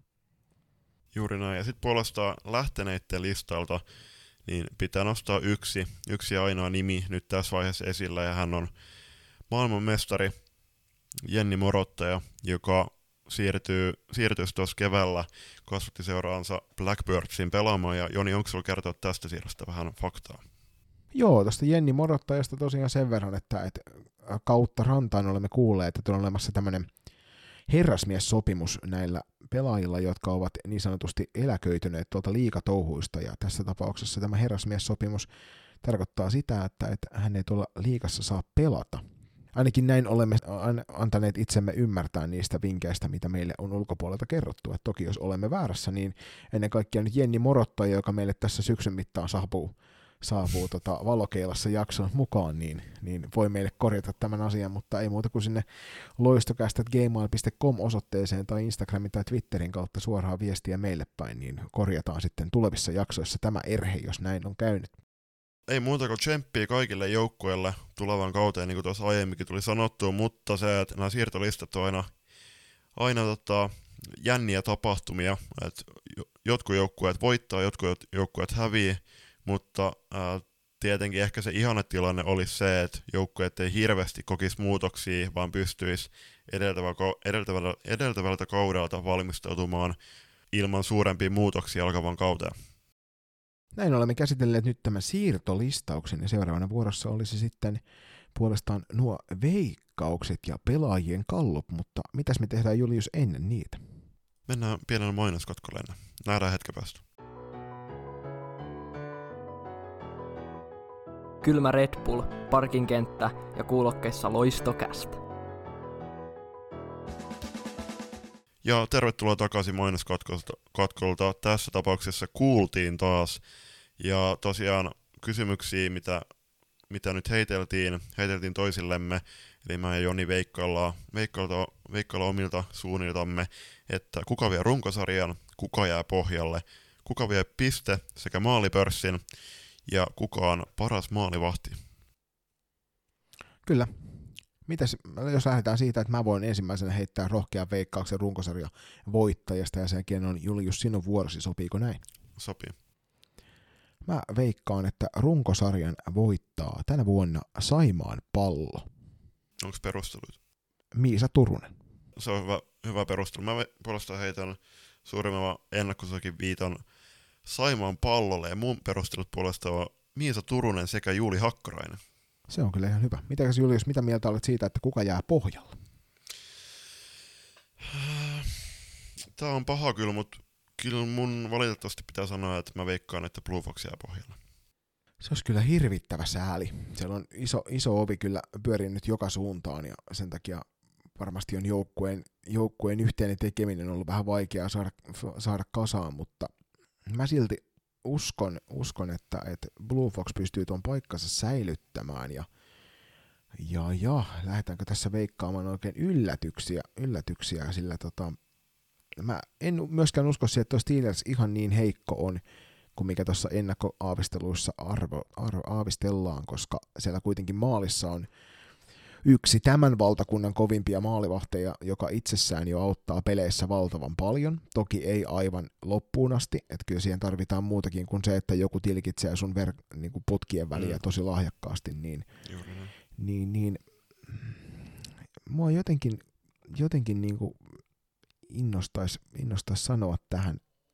Juuri näin. Ja sitten puolestaan lähteneiden listalta niin pitää nostaa yksi, yksi ainoa nimi nyt tässä vaiheessa esillä, ja hän on maailmanmestari Jenni Morottaja, joka siirtyy, siirtyisi tuossa keväällä kasvattiseuraansa Blackbirdsin pelaamaan, ja Joni, onko sinulla kertoa tästä siirrosta vähän faktaa? Joo, tuosta Jenni Morottajasta tosiaan sen verran, että, että kautta rantaan olemme kuulleet, että on olemassa tämmöinen herrasmies-sopimus näillä pelaajilla, jotka ovat niin sanotusti eläköityneet tuolta liigatouhuista, ja tässä tapauksessa tämä herrasmies-sopimus tarkoittaa sitä, että, että hän ei tuolla liigassa saa pelata. Ainakin näin olemme antaneet itsemme ymmärtää niistä vinkkeistä, mitä meille on ulkopuolelta kerrottu. Et toki jos olemme väärässä, niin ennen kaikkea nyt Jenni Morottaja, joka meille tässä syksyn mittaan saapuu, saapuu tota Valokeilassa jakson mukaan, niin, niin voi meille korjata tämän asian, mutta ei muuta kuin sinne loistokästä gmail piste com osoitteeseen tai Instagramin tai Twitterin kautta suoraan viestiä meille päin, niin korjataan sitten tulevissa jaksoissa tämä erhe, jos näin on käynyt. Ei muuta kuin tsemppiä kaikille joukkueille tulevan kauteen, niin kuin tuossa aiemminkin tuli sanottua, mutta se, että nämä siirtolistat on aina, aina tota, jänniä tapahtumia, että jotkut joukkueet voittaa, jotkut joukkueet hävii, mutta ää, tietenkin ehkä se ihannetilanne olisi se, että joukkueet ei hirveästi kokisi muutoksia, vaan pystyisi edeltävältä, edeltävältä kaudelta valmistautumaan ilman suurempia muutoksia alkavan kauteen. Näin olemme käsitelleet nyt tämän siirtolistauksen, ja seuraavana vuorossa olisi sitten puolestaan nuo veikkaukset ja pelaajien kallup, mutta mitäs me tehdään, Julius, ennen niitä? Mennään pienellä mainoskatkolle ennen. Nähdään hetken päästä. Kylmä Red Bull, parkinkenttä ja kuulokkeissa Loistokästä. Ja tervetuloa takaisin mainoskatkolta. Tässä tapauksessa kuultiin taas. Ja tosiaan kysymyksiä, mitä, mitä nyt heiteltiin, heiteltiin toisillemme. Eli mä ja Joni veikkaillaan, veikkaillaan, veikkaillaan omilta suunniltamme, että kuka vie runkosarjan, kuka jää pohjalle, kuka vie piste sekä maalipörssin ja kuka on paras maalivahti. Kyllä. Mitäs, jos lähdetään siitä, että mä voin ensimmäisenä heittää rohkean veikkauksen runkosarja voittajasta, ja sen jälkeen on Julius sinun vuorosi, sopiiko näin? Sopii. Mä veikkaan, että runkosarjan voittaa tänä vuonna Saimaan Pallo. Onko perustelut? Miisa Turunen. Se on hyvä, hyvä perustelu. Mä puolestaan heitän suurimman ennakkosakin viiton Saimaan Pallolle, ja mun perustelut puolestaan on Miisa Turunen sekä Juuli Hakkarainen. Se on kyllä ihan hyvä. Mitäkäs Julius, mitä mieltä olet siitä, että kuka jää pohjalle? Tää on paha kyllä, mutta kyllä mun valitettavasti pitää sanoa, että mä veikkaan, että Blue Fox jää pohjalle. Se olisi kyllä hirvittävä sääli. Siellä on iso, iso ovi kyllä pyörinyt joka suuntaan ja sen takia varmasti on joukkueen, joukkueen yhteinen tekeminen ollut vähän vaikeaa saada, saada kasaan, mutta mä silti uskon, uskon että, että Blue Fox pystyy tuon paikkansa säilyttämään ja, ja, ja lähdetäänkö tässä veikkaamaan oikein yllätyksiä, yllätyksiä sillä tota, mä en myöskään usko siihen, että tuo Steelers ihan niin heikko on, kuin mikä tuossa ennakkoaavisteluissa arvo, arvo, aavistellaan, koska siellä kuitenkin maalissa on yksi tämän valtakunnan kovimpia maalivahteja, joka itsessään jo auttaa peleissä valtavan paljon. Toki ei aivan loppuun asti, että kyllä siihen tarvitaan muutakin kuin se, että joku tilkitsee sun ver- niin kuin putkien väliä mm. tosi lahjakkaasti, niin, niin, niin mua jotenkin, jotenkin niin kuin innostaisi innostais sanoa tähän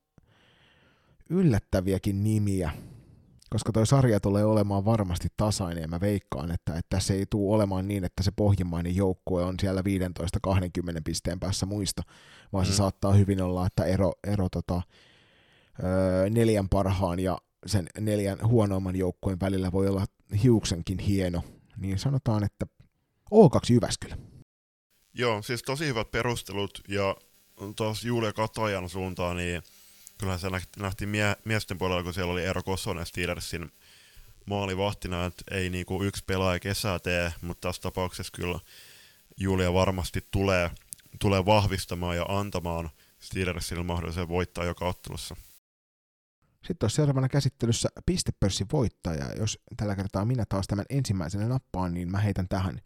yllättäviäkin nimiä, koska toi sarja tulee olemaan varmasti tasainen ja mä veikkaan, että, että tässä ei tule olemaan niin, että se pohjimmainen joukkue on siellä viisitoista kaksikymmentä pisteen päässä muista, vaan mm. se saattaa hyvin olla, että ero, ero tota, öö, neljän parhaan ja sen neljän huonoimman joukkueen välillä voi olla hiuksenkin hieno, niin sanotaan, että O kaksi Jyväskylä. Joo, siis tosi hyvät perustelut ja tuossa Julia Katajan suuntaan, niin kyllähän se nähtiin mie- miesten puolella, kun siellä oli Eero Kosonen Steelersin maalivahtina, että ei niinku yksi pelaaja kesää tee, mutta tässä tapauksessa kyllä Julia varmasti tulee, tulee vahvistamaan ja antamaan Steelersille mahdollisen voittaa joka ottelussa. Sitten olisi seuraavana käsittelyssä pistepörssin voittaja. Jos tällä kertaa minä taas tämän ensimmäisenä nappaan, niin mä heitän tähän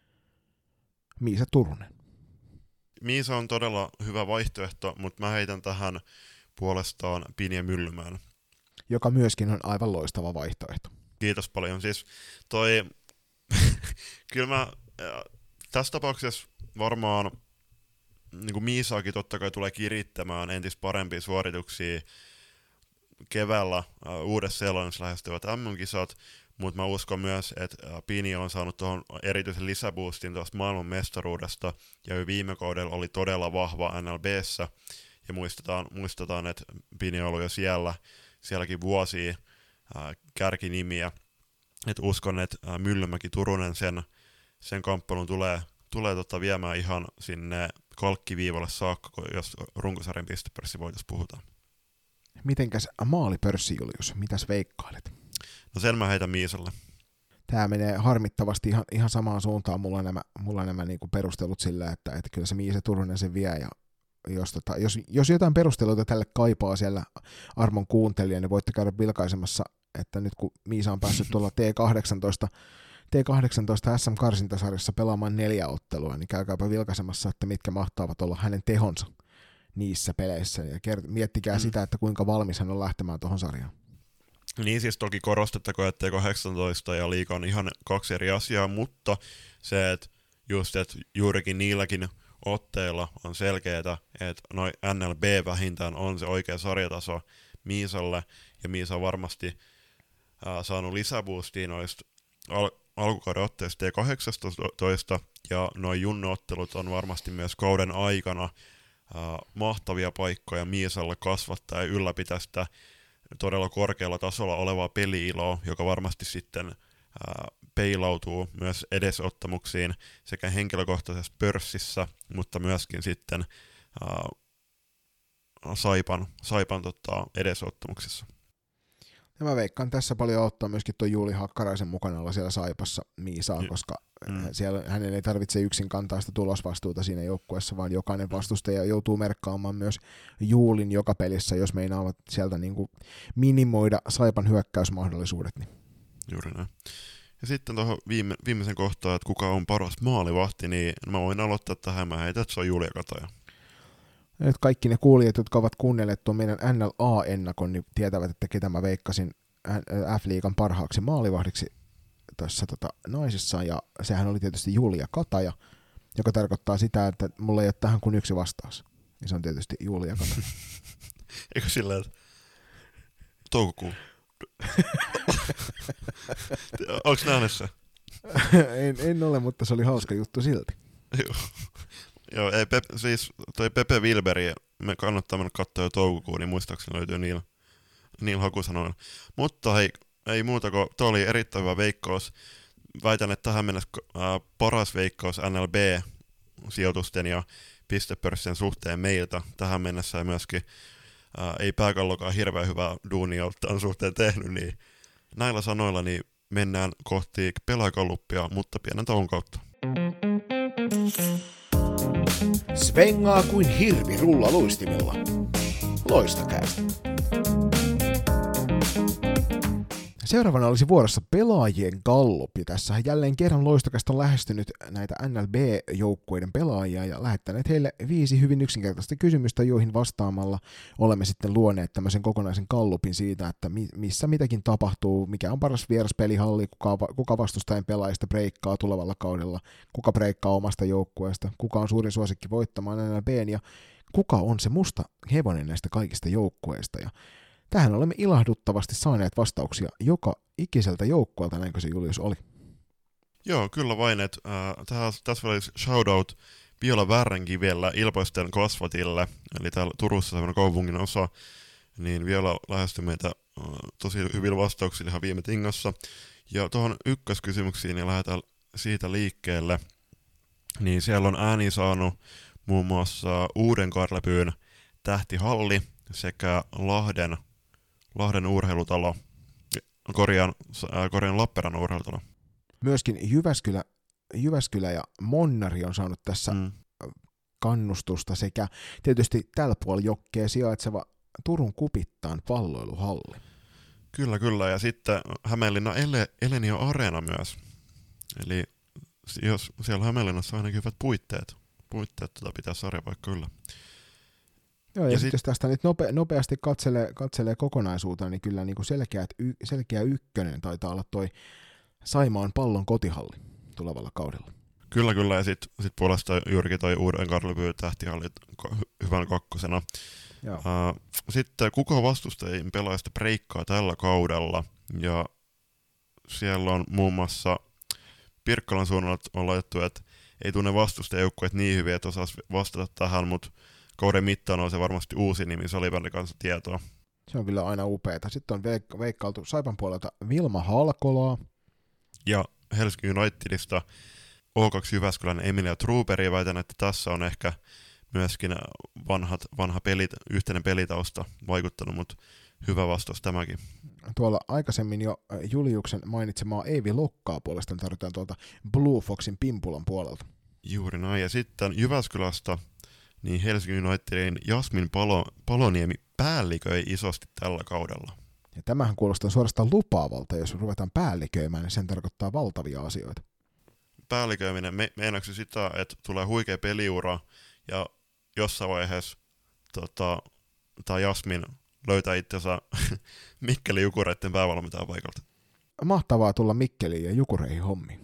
Miisa Turunen. Miisa on todella hyvä vaihtoehto, mutta mä heitän tähän puolestaan Pinja Myllymäen. Joka myöskin on aivan loistava vaihtoehto. Kiitos paljon. Siis toi, kyllä mä tässä tapauksessa varmaan niin Miisaakin totta kai tulee kirittämään entistä parempia suorituksia keväällä uh, Uudessa-Seelannissa lähestyvät M M-kisat, mutta mä uskon myös, että Pinja on saanut tuohon erityisen lisäboostin tuosta maailman mestaruudesta, ja jo viime kaudella oli todella vahva N L B:ssä, ja muistetaan, muistetaan että Pinja on ollut jo siellä, sielläkin vuosia äh, kärkinimiä, että uskon, että äh, Myllymäki Turunen sen, sen kamppailun tulee, tulee tota viemään ihan sinne kalkkiviivalle saakka, jos runkosarjan pistepörssi voitaisiin puhutaan. Mitenkäs maalipörssi, Julius? Mitäs veikkailet? No sen mä heitän Miisalle. Tämä menee harmittavasti ihan, ihan samaan suuntaan. Mulla on nämä, mulla on nämä niinku perustelut sillä, että, että kyllä se Miisa Turunen sen vie. Ja jos, tota, jos, jos jotain perusteluita tälle kaipaa siellä armon kuuntelija, niin voitte käydä vilkaisemassa, että nyt kun Miisa on päässyt tuolla T kahdeksantoista, T kahdeksantoista S M-karsintasarjassa pelaamaan neljä ottelua, niin käykääpä vilkaisemassa, että mitkä mahtaavat olla hänen tehonsa niissä peleissä. Ja kert- miettikää mm. sitä, että kuinka valmis hän on lähtemään tuohon sarjaan. Niin siis toki korostettakoon, että T kahdeksantoista ja liiga on ihan kaksi eri asiaa, mutta se, että just, että juurikin niilläkin otteilla on selkeää, että noi N L B vähintään on se oikea sarjataso Miisalle, ja Miisa on varmasti ää, saanut lisäboostia noista al- alkukauden otteista T kahdeksantoista, ja noi junnu-ottelut on varmasti myös kauden aikana ää, mahtavia paikkoja Miisalle kasvattaa ja ylläpitää sitä todella korkealla tasolla olevaa peli-iloa, joka varmasti sitten ää, peilautuu myös edesottamuksiin sekä henkilökohtaisessa pörssissä, mutta myöskin sitten ää, Saipan, Saipan tota, edesottamuksissa. Ja mä veikkaan tässä paljon auttaa myöskin tuo Juuli Hakkaraisen mukana olla siellä Saipassa Miisaa, mm. koska mm. siellä hänen ei tarvitse yksin kantaa sitä tulosvastuuta siinä joukkueessa, vaan jokainen vastustaja joutuu merkkaamaan myös Juulin joka pelissä, jos meinaavat sieltä niin kuin minimoida Saipan hyökkäysmahdollisuudet. Niin. Juuri näin. Ja sitten tuohon viime, viimeisen kohtaan, että kuka on paras maalivahti, niin mä voin aloittaa tähän, mä heitän, että se on Julia Kataja. Nyt kaikki ne kuulijat, jotka ovat kuunnelleet tuon meidän N L A-ennakon, niin tietävät, että ketä mä veikkasin F-liigan parhaaksi maalivahdiksi tuossa tota, naisessa, ja sehän oli tietysti Julia Kataja, joka tarkoittaa sitä, että mulla ei ole tähän kuin yksi vastaus. Ja se on tietysti Julia Kataja. Eikö sillä, että toukokuu? Onko nähnyt se? en, en ole, mutta se oli hauska juttu silti. Joo, ei, Pep, siis toi Pepe Wilberi me kannattaa mennä katsoa jo toukokuun, niin muistaakseni löytyy niillä, niillä hakusanoilla. Mutta hei, ei muuta kuin, tuo oli erittäin hyvä veikkaus. Väitän, että tähän mennessä ää, paras veikkaus N L B-sijoitusten ja pistepörssien suhteen meiltä tähän mennessä ja myöskin ää, ei pääkallokaan hirveän hyvää duunia ole tämän suhteen tehnyt, niin näillä sanoilla niin mennään kohti pelaajakalluppia, mutta pienen tauon kautta. Svengaa kuin hirvi rulla luistimilla. Loistokäästä. Seuraavana olisi vuorossa pelaajien gallupi. Tässä jälleen kerran Loistokästä on lähestynyt näitä N L B-joukkueiden pelaajia ja lähettäneet heille viisi hyvin yksinkertaista kysymystä, joihin vastaamalla olemme sitten luoneet tämmöisen kokonaisen gallupin siitä, että missä mitäkin tapahtuu, mikä on paras vieraspelihalli, kuka, kuka vastustajan pelaajista breikkaa tulevalla kaudella, kuka breikkaa omasta joukkueesta, kuka on suurin suosikki voittamaan N L B:n ja kuka on se musta hevonen näistä kaikista joukkueista. Ja tähän olemme ilahduttavasti saaneet vastauksia joka ikiseltä joukkueelta, näinkö se Julius oli? Joo, kyllä vain, että äh, tässä olisi shoutout Piola Värrenkivellä Ilpoisten kasvatille, eli täällä Turussa sellainen kaupungin osa, niin vielä lähestyi meitä äh, tosi hyvillä vastauksilla ihan viime tingassa. Ja tuohon ykköskysymyksiin niin lähdetään siitä liikkeelle, niin siellä on ääni saanut muun muassa Uuden Karlepyyn Tähtihalli sekä Lahden Lahden urheilutalo, korjaan, äh, korjaan Lappeenrannan urheilutalo. Myöskin Jyväskylä, Jyväskylä ja Monnari on saanut tässä mm. kannustusta sekä tietysti tällä puolella jokkeen sijaitseva Turun Kupittaan palloiluhalli. Kyllä, kyllä. Ja sitten Hämeenlinna Ele, Elenio Areena myös. Eli jos siellä Hämeenlinnassa on ainakin hyvät puitteet, puitteet tota pitää sarjapaikka kyllä. Joo, ja, ja sitten sit... jos tästä nyt nope, nopeasti katselee, katselee kokonaisuuteen, niin kyllä niin kuin selkeä, selkeä ykkönen taitaa olla toi Saimaan Pallon kotihalli tulevalla kaudella. Kyllä, kyllä, ja sitten sit puolestaan juurikin toi Uuden Karlepyyn Tähtihalli hyvän kakkosena. Uh, sitten kuka vastustajien pelaajista breikkaa tällä kaudella, ja siellä on muun muassa Pirkkalan suunnalla on laitettu, että ei tunne vastustajajoukkueet niin hyviä, että osaisi vastata tähän, mutta kauden mittaan on se varmasti uusi nimi salibändin kanssa tietoa. Se on kyllä aina upeeta. Sitten on veik- veikkailtu Saipan puolelta Vilma Halkolaa. Ja Helsingin Unitedista O kaksi Jyväskylän Emilia Truberi. Väitän, että tässä on ehkä myöskin vanhat, vanha pelit, yhteinen pelitausta vaikuttanut, mutta hyvä vastaus tämäkin. Tuolla aikaisemmin jo Juliuksen mainitsemaa Eivi Lokkaa puolestaan tarvitaan tuolta Blue Foxin Pimpulan puolelta. Juuri näin. Ja sitten Jyväskylästä niin Helsingin Unitedin Jasmin Palo, Paloniemi päälliköi isosti tällä kaudella. Ja tämähän kuulostaa suorastaan lupaavalta, jos ruvetaan päälliköimään, niin sen tarkoittaa valtavia asioita. Päälliköiminen me, meinaksi sitä, että tulee huikea peliura ja jossain vaiheessa tota, tämä Jasmin löytää itsensä Mikkelin Jukureiden päävalmentajan paikalta. Mahtavaa tulla Mikkeliin ja Jukureihin hommiin.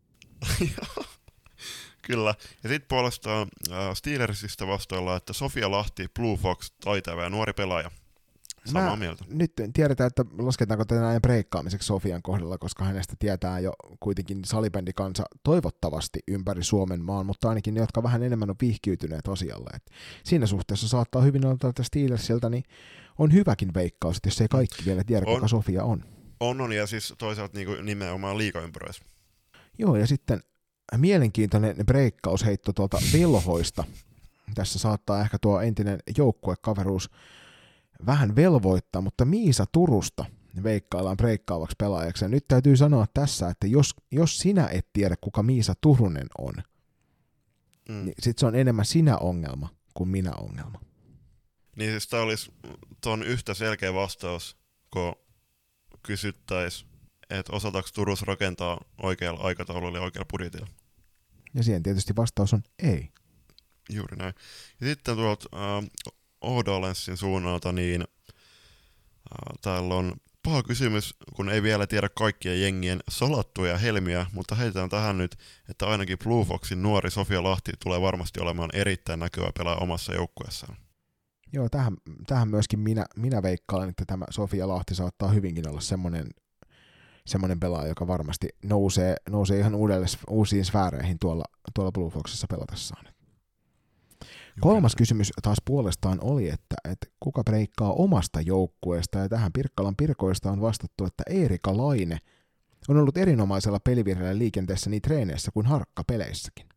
Kyllä. Ja sitten puolestaan äh, Steelersistä vastailla, että Sofia Lahti, Blue Fox, taitava ja nuori pelaaja. Samaa Mä mieltä. Nyt tiedetään, että lasketaanko tätä näin breikkaamiseksi Sofian kohdalla, koska hänestä tietää jo kuitenkin salibändikansa toivottavasti ympäri Suomen maan, mutta ainakin ne, jotka vähän enemmän on vihkiytyneet asialle. Et siinä suhteessa saattaa hyvin olla tältä Steelersiltä, niin on hyväkin veikkaus, jos ei kaikki vielä tiedä, on, kuka Sofia on. On, on, ja siis toisaalta niinku nimenomaan liigaympyröissä. Joo, ja sitten mielenkiintoinen breikkausheitto tuolta velhoista. Tässä saattaa ehkä tuo entinen joukkuekaveruus vähän velvoittaa, mutta Miisa Turusta veikkaillaan breikkaavaksi pelaajaksi. Ja nyt täytyy sanoa tässä, että jos, jos sinä et tiedä, kuka Miisa Turunen on, mm. niin sit se on enemmän sinä ongelma kuin minä ongelma. Niin siis tää olisi ton yhtä selkeä vastaus, kun kysyttäisiin, että osataanko Turus rakentaa oikealla aikataululla ja oikealla budjetilla. Ja siihen tietysti vastaus on ei. Juuri näin. Ja sitten tuolta äh, Odolensin suunnalta, niin äh, täällä on paha kysymys, kun ei vielä tiedä kaikkien jengien salattuja helmiä, mutta heitetään tähän nyt, että ainakin Blue Foxin nuori Sofia Lahti tulee varmasti olemaan erittäin näkyvä pelaaja omassa joukkueessaan. Joo, tähän, tähän myöskin minä, minä veikkailen, että tämä Sofia Lahti saattaa hyvinkin olla semmoinen semmoinen pelaaja, joka varmasti nousee, nousee ihan uudelle, uusiin sfääreihin tuolla, tuolla Blue Foxissa pelatessaan. Kolmas kysymys taas puolestaan oli, että, että kuka breikkaa omasta joukkueesta, ja tähän Pirkkalan Pirkoista on vastattu, että Eerika Laine on ollut erinomaisella pelivirrellä liikenteessä niin treeneissä kuin harkkapeleissäkin.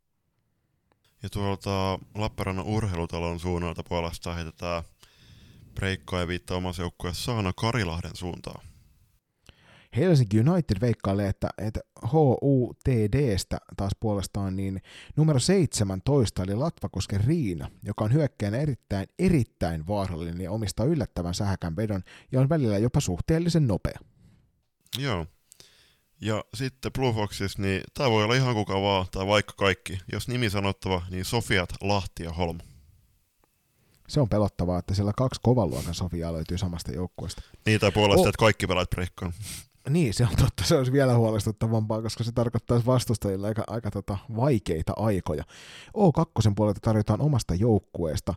Ja tuolta Lappeenrannan urheilutalon suunnalta puolestaan heitetään breikkaa ja viittaa omassa joukkueessa Saana Karilahden suuntaan. Helsinki United veikkailee, että, että H U T D:stä taas puolestaan niin numero seitsemäntoista eli Latvakosken Riina, joka on hyökkäänä erittäin, erittäin vaarallinen ja omistaa yllättävän sähäkän vedon ja on välillä jopa suhteellisen nopea. Joo. Ja sitten Blue Foxis, niin tää voi olla ihan kuka vaan, tai vaikka kaikki. Jos nimi sanottava, niin Sofiat, Lahti ja Holm. Se on pelottavaa, että siellä kaksi kovan luokan Sofiaa löytyy samasta joukkueesta. Niin, tai puolesta, oh. että kaikki pelaat breikkaan. Niin, se on totta. Se olisi vielä huolestuttavampaa, koska se tarkoittaisi vastustajille aika, aika tota vaikeita aikoja. O kaksi puolelta tarjotaan omasta joukkueesta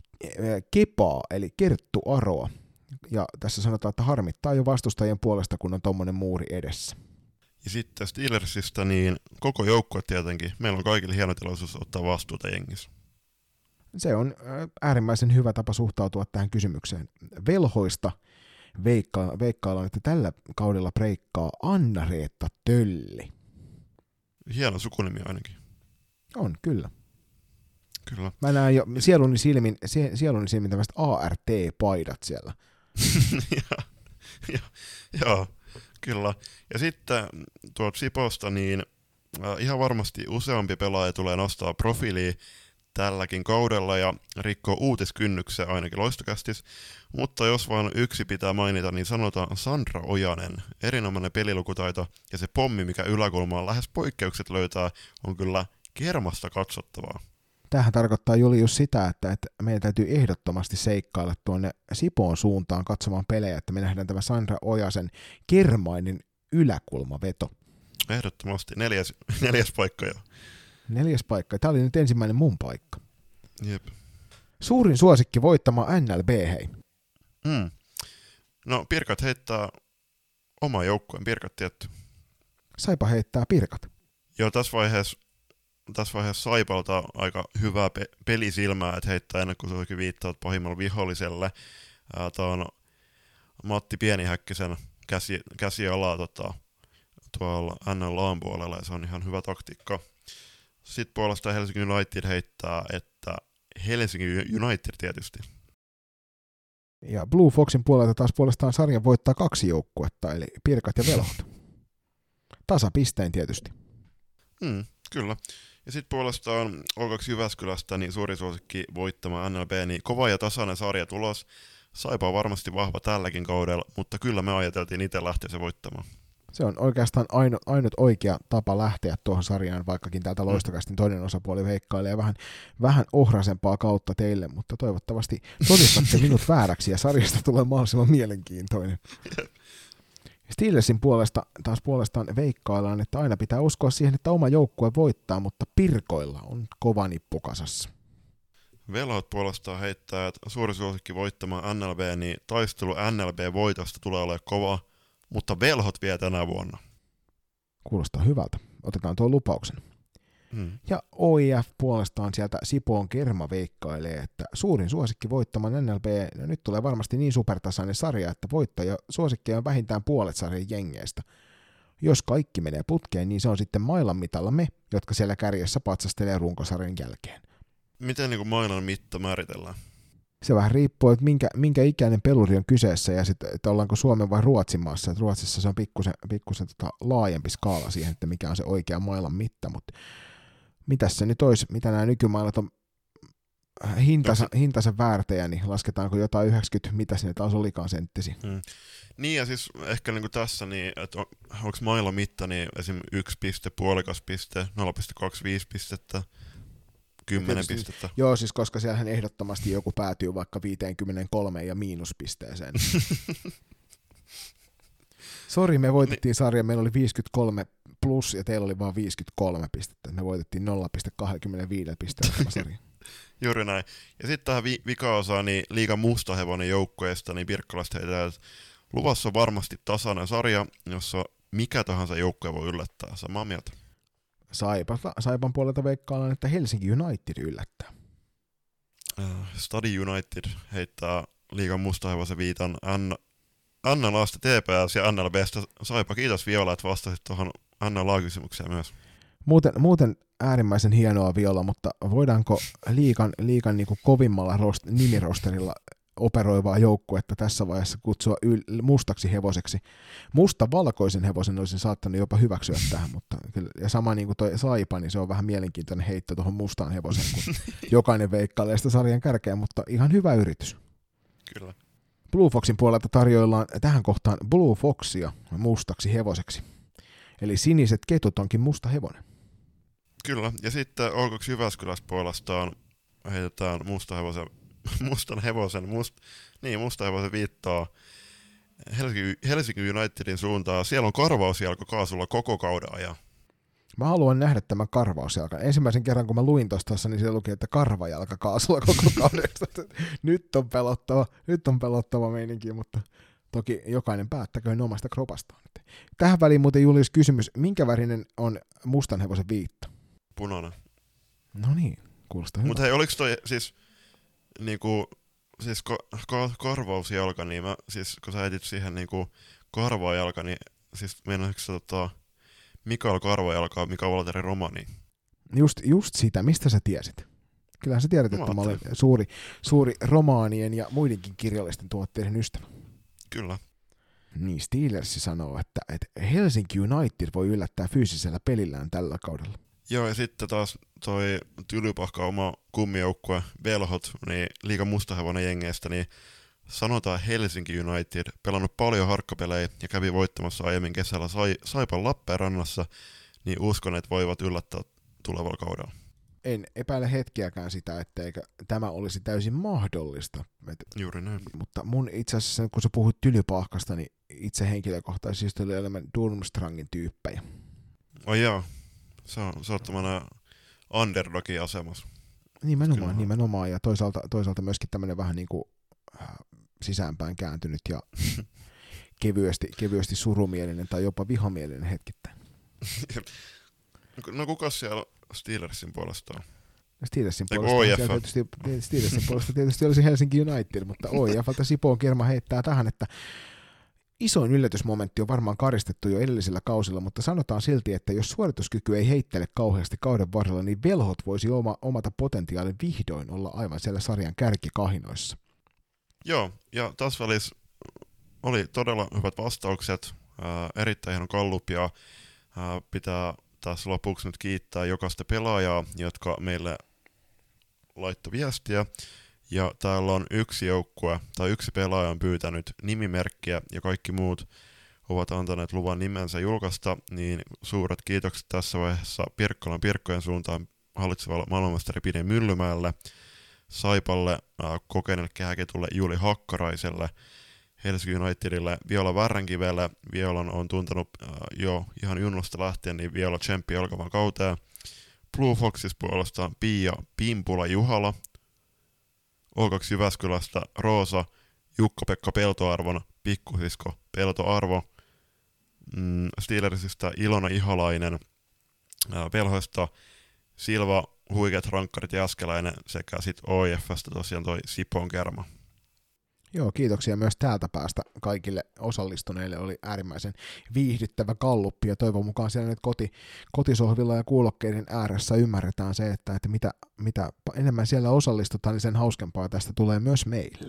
Kepaa, eli Kerttu Aroa. Ja tässä sanotaan, että harmittaa jo vastustajien puolesta, kun on tommonen muuri edessä. Ja sitten Steelersista, niin koko joukkue tietenkin. Meillä on kaikille hieno tilaisuus ottaa vastuuta jengissä. Se on äärimmäisen hyvä tapa suhtautua tähän kysymykseen. Velhoista veikka, veikkaillaan, että tällä kaudella breikkaa Anna-Reetta Tölli. Hieno sukunimi ainakin. On, kyllä. Kyllä. Mä näen jo sieluni silmin, sieluni silmin tämmöiset A R T-paidat siellä. ja, ja, joo, kyllä. Ja sitten tuolta Siposta, niin äh, ihan varmasti useampi pelaaja tulee nostaa profiiliin tälläkin kaudella ja rikkoo uutiskynnyksen ainakin Loistokästis. Mutta jos vaan yksi pitää mainita, niin sanotaan Sandra Ojanen. Erinomainen pelilukutaito ja se pommi, mikä yläkulmaan lähes poikkeukset löytää, on kyllä kermasta katsottavaa. Tämähän tarkoittaa Julius sitä, että, että meidän täytyy ehdottomasti seikkailla tuonne Sipoon suuntaan katsomaan pelejä, että me nähdään tämä Sandra Ojasen kermainen yläkulmaveto. Ehdottomasti. Neljäs, neljäs paikka jo. Neljäs paikka. Tämä oli nyt ensimmäinen mun paikka. Jep. Suurin suosikki voittamaan N L B, hei. Mm. No, Pirkat heittää oma joukkueen. Pirkat tietty. Saipa heittää Pirkat. Joo, tässä vaiheessa, tässä vaiheessa Saipalta aika hyvää pe- pelisilmää, että heittää ennen kuin se viittaa pahimmalle viholliselle. Tämä on Matti Pienihäkkisen käsi, käsialaa tota, tuolla N L A:n puolella, ja se on ihan hyvä taktiikka. Sitten puolestaan Helsingin United heittää, että Helsingin United tietysti. Ja Blue Foxin puolelta taas puolestaan sarjan voittaa kaksi joukkuetta, eli Pirkat ja Velhot. Tasapistein tietysti. Mm, kyllä. Ja sitten puolestaan O kaksi Jyväskylästä, niin suuri suosikki voittamaan N L B, niin kova ja tasainen sarja tulos. Saipa on varmasti vahva tälläkin kaudella, mutta kyllä me ajateltiin itse lähteä se voittamaan. Se on oikeastaan ainut, ainut oikea tapa lähteä tuohon sarjaan, vaikkakin täältä Loistokästin toinen osapuoli veikkailee vähän, vähän ohrasempaa kautta teille, mutta toivottavasti todistatte minut vääräksi ja sarjasta tulee mahdollisimman mielenkiintoinen. Steelersin puolesta taas puolestaan veikkaillaan, että aina pitää uskoa siihen, että oma joukkue voittaa, mutta Pirkoilla on kova nippu kasassa. Velhot puolestaan heittää, että suuri suosikki voittamaan N L B, niin taistelu N L B-voitosta tulee olemaan kova, mutta Velhot vie tänä vuonna. Kuulostaa hyvältä. Otetaan tuon lupauksen. Hmm. Ja O I F puolestaan sieltä Sipoon Kerma veikkailee, että suurin suosikki voittamaan N L B, no nyt tulee varmasti niin supertasainen sarja, että voittaja suosikki on vähintään puolet sarjan jengeistä. Jos kaikki menee putkeen, niin se on sitten mailan mitalla me, jotka siellä kärjessä patsastelee runkosarjan jälkeen. Miten niin kuin mailan mitta määritellään? Se vähän riippuu, että minkä, minkä ikäinen peluri on kyseessä ja sitten, että ollaanko Suomen vai Ruotsin maassa. Että Ruotsissa se on pikkusen, pikkusen tota laajempi skaala siihen, että mikä on se oikea mailan mitta, mutta mitäs se nyt olisi, mitä nämä nykymailat on hintansa, hintansa väärtejä, niin lasketaanko jotain yhdeksänkymmentä, mitä sinne taas olikaan senttisi. Hmm. Niin ja siis ehkä niin kuin tässä, niin, että on, onko mailan mitta, niin esim. yksi piste, puolikas piste, nolla pilkku kaksikymmentäviisi pistettä, kymmenen pistettä. Joo, siis koska siellähän ehdottomasti joku päätyy vaikka viisikymmentäkolme ja miinuspisteeseen. Sori, me voitettiin niin. Sarja, meillä oli viisikymmentäkolme plus ja teillä oli vain viisikymmentäkolme pistettä. Me voitettiin nolla pilkku kaksikymmentäviisi pistettä sarja. Juuri näin. Ja sitten tähän vi- vika-osaan, niin liigan mustahevonen joukkueesta, niin Pirkkalasta heitään, että luvassa on varmasti tasainen sarja, jossa mikä tahansa joukkue voi yllättää. Samaa mieltä. Saipa, Saipan puolelta veikkaillaan, että Helsinki United yllättää. Stadi United heittää liigan mustahevosen viitan N N L A:sta T P S ja N L B:stä Saipa. Kiitos Viola, että vastasit tuohon N L A-kysymykseen myös. Muuten, muuten äärimmäisen hienoa Viola, mutta voidaanko liigan, liigan niin kuin kovimmalla rost, nimirosterilla operoivaa joukkuetta tässä vaiheessa kutsua yl, mustaksi hevoseksi? Musta-valkoisen hevosen olisin saattanut jopa hyväksyä tähän, mutta kyllä, ja sama niin kuin toi Saipa, niin se on vähän mielenkiintoinen heitto tuohon mustaan hevosen, kun jokainen veikkailee sitä sarjan kärkeä, mutta ihan hyvä yritys. Kyllä. Blue Foxin puolelta tarjoillaan tähän kohtaan Blue Foxia mustaksi hevoseksi. Eli siniset ketut onkin musta hevonen. Kyllä, ja sitten O K Jyväskylästä puolestaan heitetään musta hevosen, mustan hevosen, must, niin, musta hevosen viittaa Helsinki, Helsinki Unitedin suuntaan. Siellä on karvausjalka kaasulla koko kauden ajan. Mä haluan nähdä tämän karvausjalkan. Ensimmäisen kerran, kun mä luin tuossa, niin siellä luki, että karvajalka kaasulla koko kaudesta. Nyt on pelottava, nyt on pelottava meininki, mutta toki jokainen päättäköön omasta kropastaan. Tähän väliin muuten Julius kysymys, minkä värinen on mustan hevosen viitta? Punainen. No niin, kuulostaa hyvä. Mutta hei, oliko toi siis niinku, siis ka- ka- karvausjalka, niin mä, siis kun sä etit siihen niinku karvaajalka, niin siis meinaatko sä tota Mikael Karvajalka, Mika Valterin romani? Just, just sitä, mistä sä tiesit? Kyllähän sä tiedät, että mä olen suuri, suuri romaanien ja muidenkin kirjallisten tuotteiden ystävä. Kyllä. Niin, Steelers sanoo, että, että Helsinki United voi yllättää fyysisellä pelillään tällä kaudella. Joo, ja sitten taas toi Tylypahka oma kummijoukkue Velhot, niin liigan mustahevonen jengeistä, niin sanotaan Helsinki United, pelannut paljon harkkapelejä ja kävi voittamassa aiemmin kesällä Sai, Saipan Lappeenrannassa, niin uskon, että voivat yllättää tulevalla kaudella. En epäile hetkiäkään sitä, etteikö tämä olisi täysin mahdollista. Et, Juuri näin. Mutta mun itse asiassa, kun sä puhuit Tylypahkasta, niin itse henkilökohtaisesti oli enemmän Durmstrangin tyyppejä. Oi joo, sä, sä oot tämmönen underdogin asemassa. Nimenomaan, Kyllä. nimenomaan, ja toisaalta, toisaalta myöskin tämmöinen vähän niin kuin äh, sisäänpäin kääntynyt ja kevyesti, kevyesti surumielinen tai jopa vihamielinen hetkittäin. No kuka siellä Steelersin puolesta on? Steelersin Eiku puolesta, O J F. tietysti, Steelersin puolesta tietysti olisi Helsinki United, mutta O J F:ltä Sipoon Kerma heittää tähän, että isoin yllätysmomentti on varmaan karistettu jo edellisellä kausilla, mutta sanotaan silti, että jos suorituskyky ei heittele kauheasti kauden varrella, niin Velhot voisi oma, omata potentiaalin vihdoin olla aivan siellä sarjan kärkikahinoissa. Joo, ja tässä välissä oli todella hyvät vastaukset, ää, erittäin hieno gallup, ja ää, pitää tässä lopuksi nyt kiittää jokaista pelaajaa, jotka meille laittoi viestiä. Ja täällä on yksi joukkue, tai yksi pelaaja on pyytänyt nimimerkkiä, ja kaikki muut ovat antaneet luvan nimensä julkaista, niin suuret kiitokset tässä vaiheessa Pirkkolan Pirkkojen suuntaan hallitsevalle maailmanmestari Pide Myllymäelle, Saipalle, äh, kokeneelle kehäketulle Juli Hakkaraiselle, Helsinki Unitedille Viola Värränkivelle. Violan on tuntenut äh, jo ihan junnusta lähtien, niin Viola tsemppi alkavan kauteen. Blue Foxis puolestaan Pia Pimpula Juhala, O K Jyväskylästä Roosa, Jukka-Pekka Peltoarvon pikkusisko Peltoarvo, mm, Steelersistä Ilona Ihalainen, äh, Velhoista Silva, Huikeat Rankkarit Jääskeläinen sekä sitten O I F:stä tosiaan toi Sipoon Kerma. Joo, kiitoksia myös täältä päästä kaikille osallistuneille. Oli äärimmäisen viihdyttävä galluppi ja toivon mukaan siellä nyt koti, kotisohvilla ja kuulokkeiden ääressä ymmärretään se, että, että mitä, mitä enemmän siellä osallistutaan, niin sen hauskempaa tästä tulee myös meille.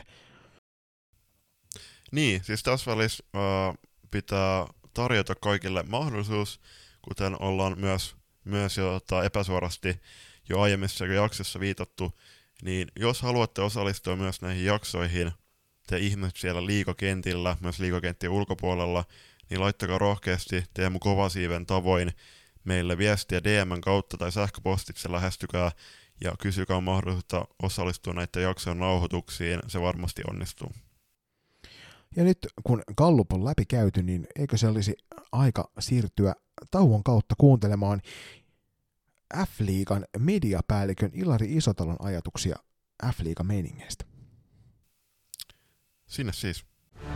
Niin, siis tässä välissä äh, pitää tarjota kaikille mahdollisuus, kuten ollaan myös, myös jo tota, epäsuorasti jo aiemmissa jaksossa viitattu, niin jos haluatte osallistua myös näihin jaksoihin, te ihmiset siellä liigakentillä, myös liigakenttien ulkopuolella, niin laittakaa rohkeasti Teemu Kovasiiven tavoin meille viestiä D M:n kautta tai sähköpostitse lähestykää ja kysykää mahdollisuutta osallistua näiden jaksojen nauhoituksiin, se varmasti onnistuu. Ja nyt kun gallup on läpi käyty, niin eikö se olisi aika siirtyä tauon kautta kuuntelemaan F-liigan mediapäällikön Ilari Isotalon ajatuksia F-liigan meiningeistä. Sinne siis.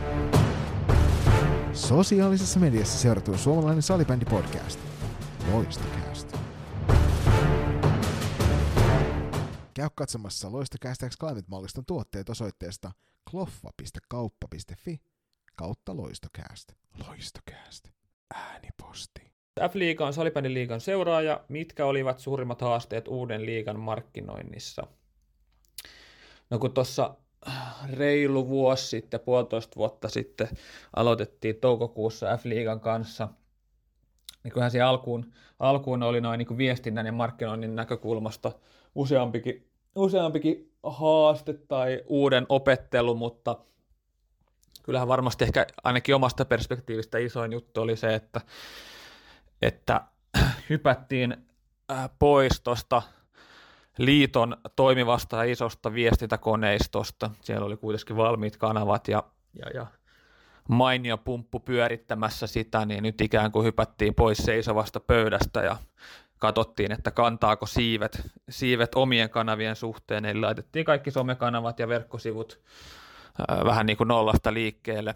Sosiaalisessa mediassa seurattu suomalainen salibändi-podcast. Loistokäästä. Käy katsomassa Loistocast X Climate-malliston tuotteet osoitteesta kloffa piste kauppa piste fi kautta Loistocast. Loistocast. Ääniposti. F-liiga on salibändiliigan seuraaja. Mitkä olivat suurimmat haasteet uuden liigan markkinoinnissa? No kun tuossa reilu vuosi sitten, puolitoista vuotta sitten aloitettiin toukokuussa F-liigan kanssa, niin kyllähän siinä alkuun, alkuun oli noin niin kuin viestinnän ja markkinoinnin näkökulmasta useampikin, useampikin haaste tai uuden opettelu, mutta kyllähän varmasti ehkä ainakin omasta perspektiivistä isoin juttu oli se, että, että hypättiin pois tuosta liiton toimivasta ja isosta viestintäkoneistosta. Siellä oli kuitenkin valmiit kanavat ja, ja, ja mainio pumppu pyörittämässä sitä, niin nyt ikään kuin hypättiin pois seisovasta pöydästä ja katsottiin, että kantaako siivet, siivet omien kanavien suhteen. Eli laitettiin kaikki somekanavat ja verkkosivut ää, vähän niin kuin nollasta liikkeelle.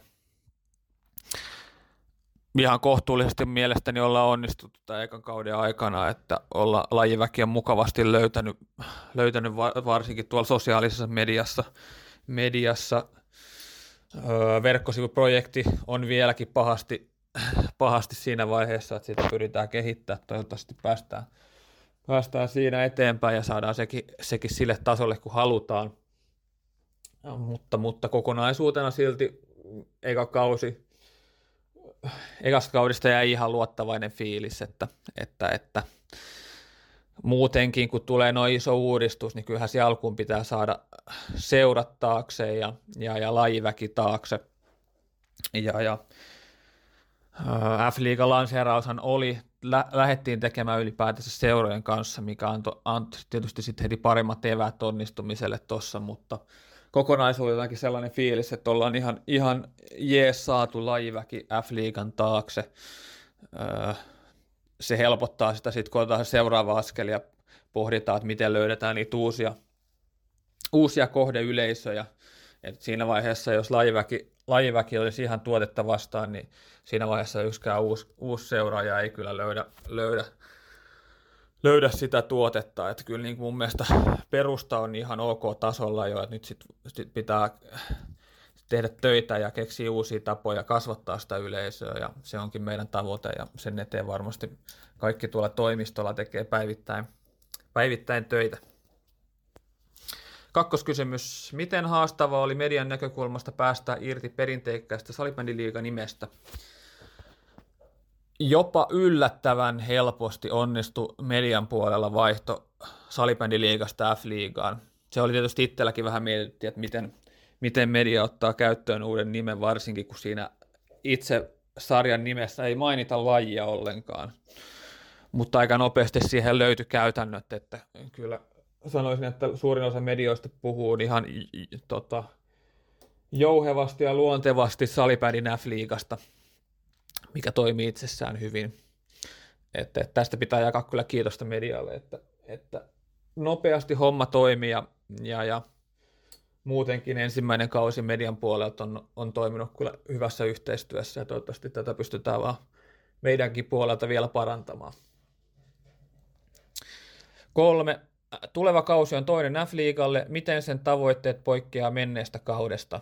Ihan kohtuullisesti mielestäni ollaan onnistuttu tämän ekan kauden aikana, että olla lajiväki on mukavasti löytänyt, löytänyt varsinkin tuolla sosiaalisessa mediassa. mediassa. Öö, verkkosivuprojekti on vieläkin pahasti, pahasti siinä vaiheessa, että sitä pyritään kehittämään. Toivottavasti päästään, päästään siinä eteenpäin ja saadaan sekin, sekin sille tasolle, kun halutaan. Ja, mutta, mutta kokonaisuutena silti eka kausi Ekasta kaudesta jäi ihan luottavainen fiilis, että, että, että muutenkin kun tulee noin iso uudistus, niin kyllähän se alkuun pitää saada seurat taakse ja, ja, ja lajiväki taakse. Ja, ja F-liigan lanseeraushan oli, lä- lähdettiin tekemään ylipäätänsä seurojen kanssa, mikä antoi anto tietysti sitten heti paremmat eväät onnistumiselle tuossa, mutta kokonaisuudenakin sellainen fiilis, että ollaan ihan, ihan jees saatu lajiväki F-liigan taakse. Öö, se helpottaa sitä sitten, kun otetaan seuraava askel ja pohditaan, että miten löydetään niitä uusia, uusia kohdeyleisöjä. Et siinä vaiheessa, jos lajiväki, lajiväki olisi ihan tuotetta vastaan, niin siinä vaiheessa yksikään uusi, uusi seuraaja ei kyllä löydä, löydä, löydä sitä tuotetta. Että kyllä niin kuin mun mielestä perusta on ihan ok tasolla jo, että nyt sit, sit pitää tehdä töitä ja keksiä uusia tapoja kasvattaa sitä yleisöä, ja se onkin meidän tavoite, ja sen eteen varmasti kaikki tuolla toimistolla tekee päivittäin, päivittäin töitä. Kakkoskysymys. Miten haastavaa oli median näkökulmasta päästä irti perinteikkäästä salibändiliigan nimestä? Jopa yllättävän helposti onnistui median puolella vaihto salibändiliigasta F-liigaan. Se oli tietysti itselläkin vähän mietitty, että miten, miten media ottaa käyttöön uuden nimen, varsinkin kun siinä itse sarjan nimessä ei mainita lajia ollenkaan. Mutta aika nopeasti siihen löytyi käytännöt, että kyllä sanoisin, että suurin osa medioista puhuu ihan tota, jouhevasti ja luontevasti salibändin F-liigasta, mikä toimii itsessään hyvin. Että, että tästä pitää jakaa kyllä kiitosta medialle, että, että nopeasti homma toimii ja, ja, ja muutenkin ensimmäinen kausi median puolelta on, on toiminut kyllä hyvässä yhteistyössä, ja toivottavasti tätä pystytään vaan meidänkin puolelta vielä parantamaan. Kolme. Tuleva kausi on toinen F-liigalle. Miten sen tavoitteet poikkeaa menneestä kaudesta?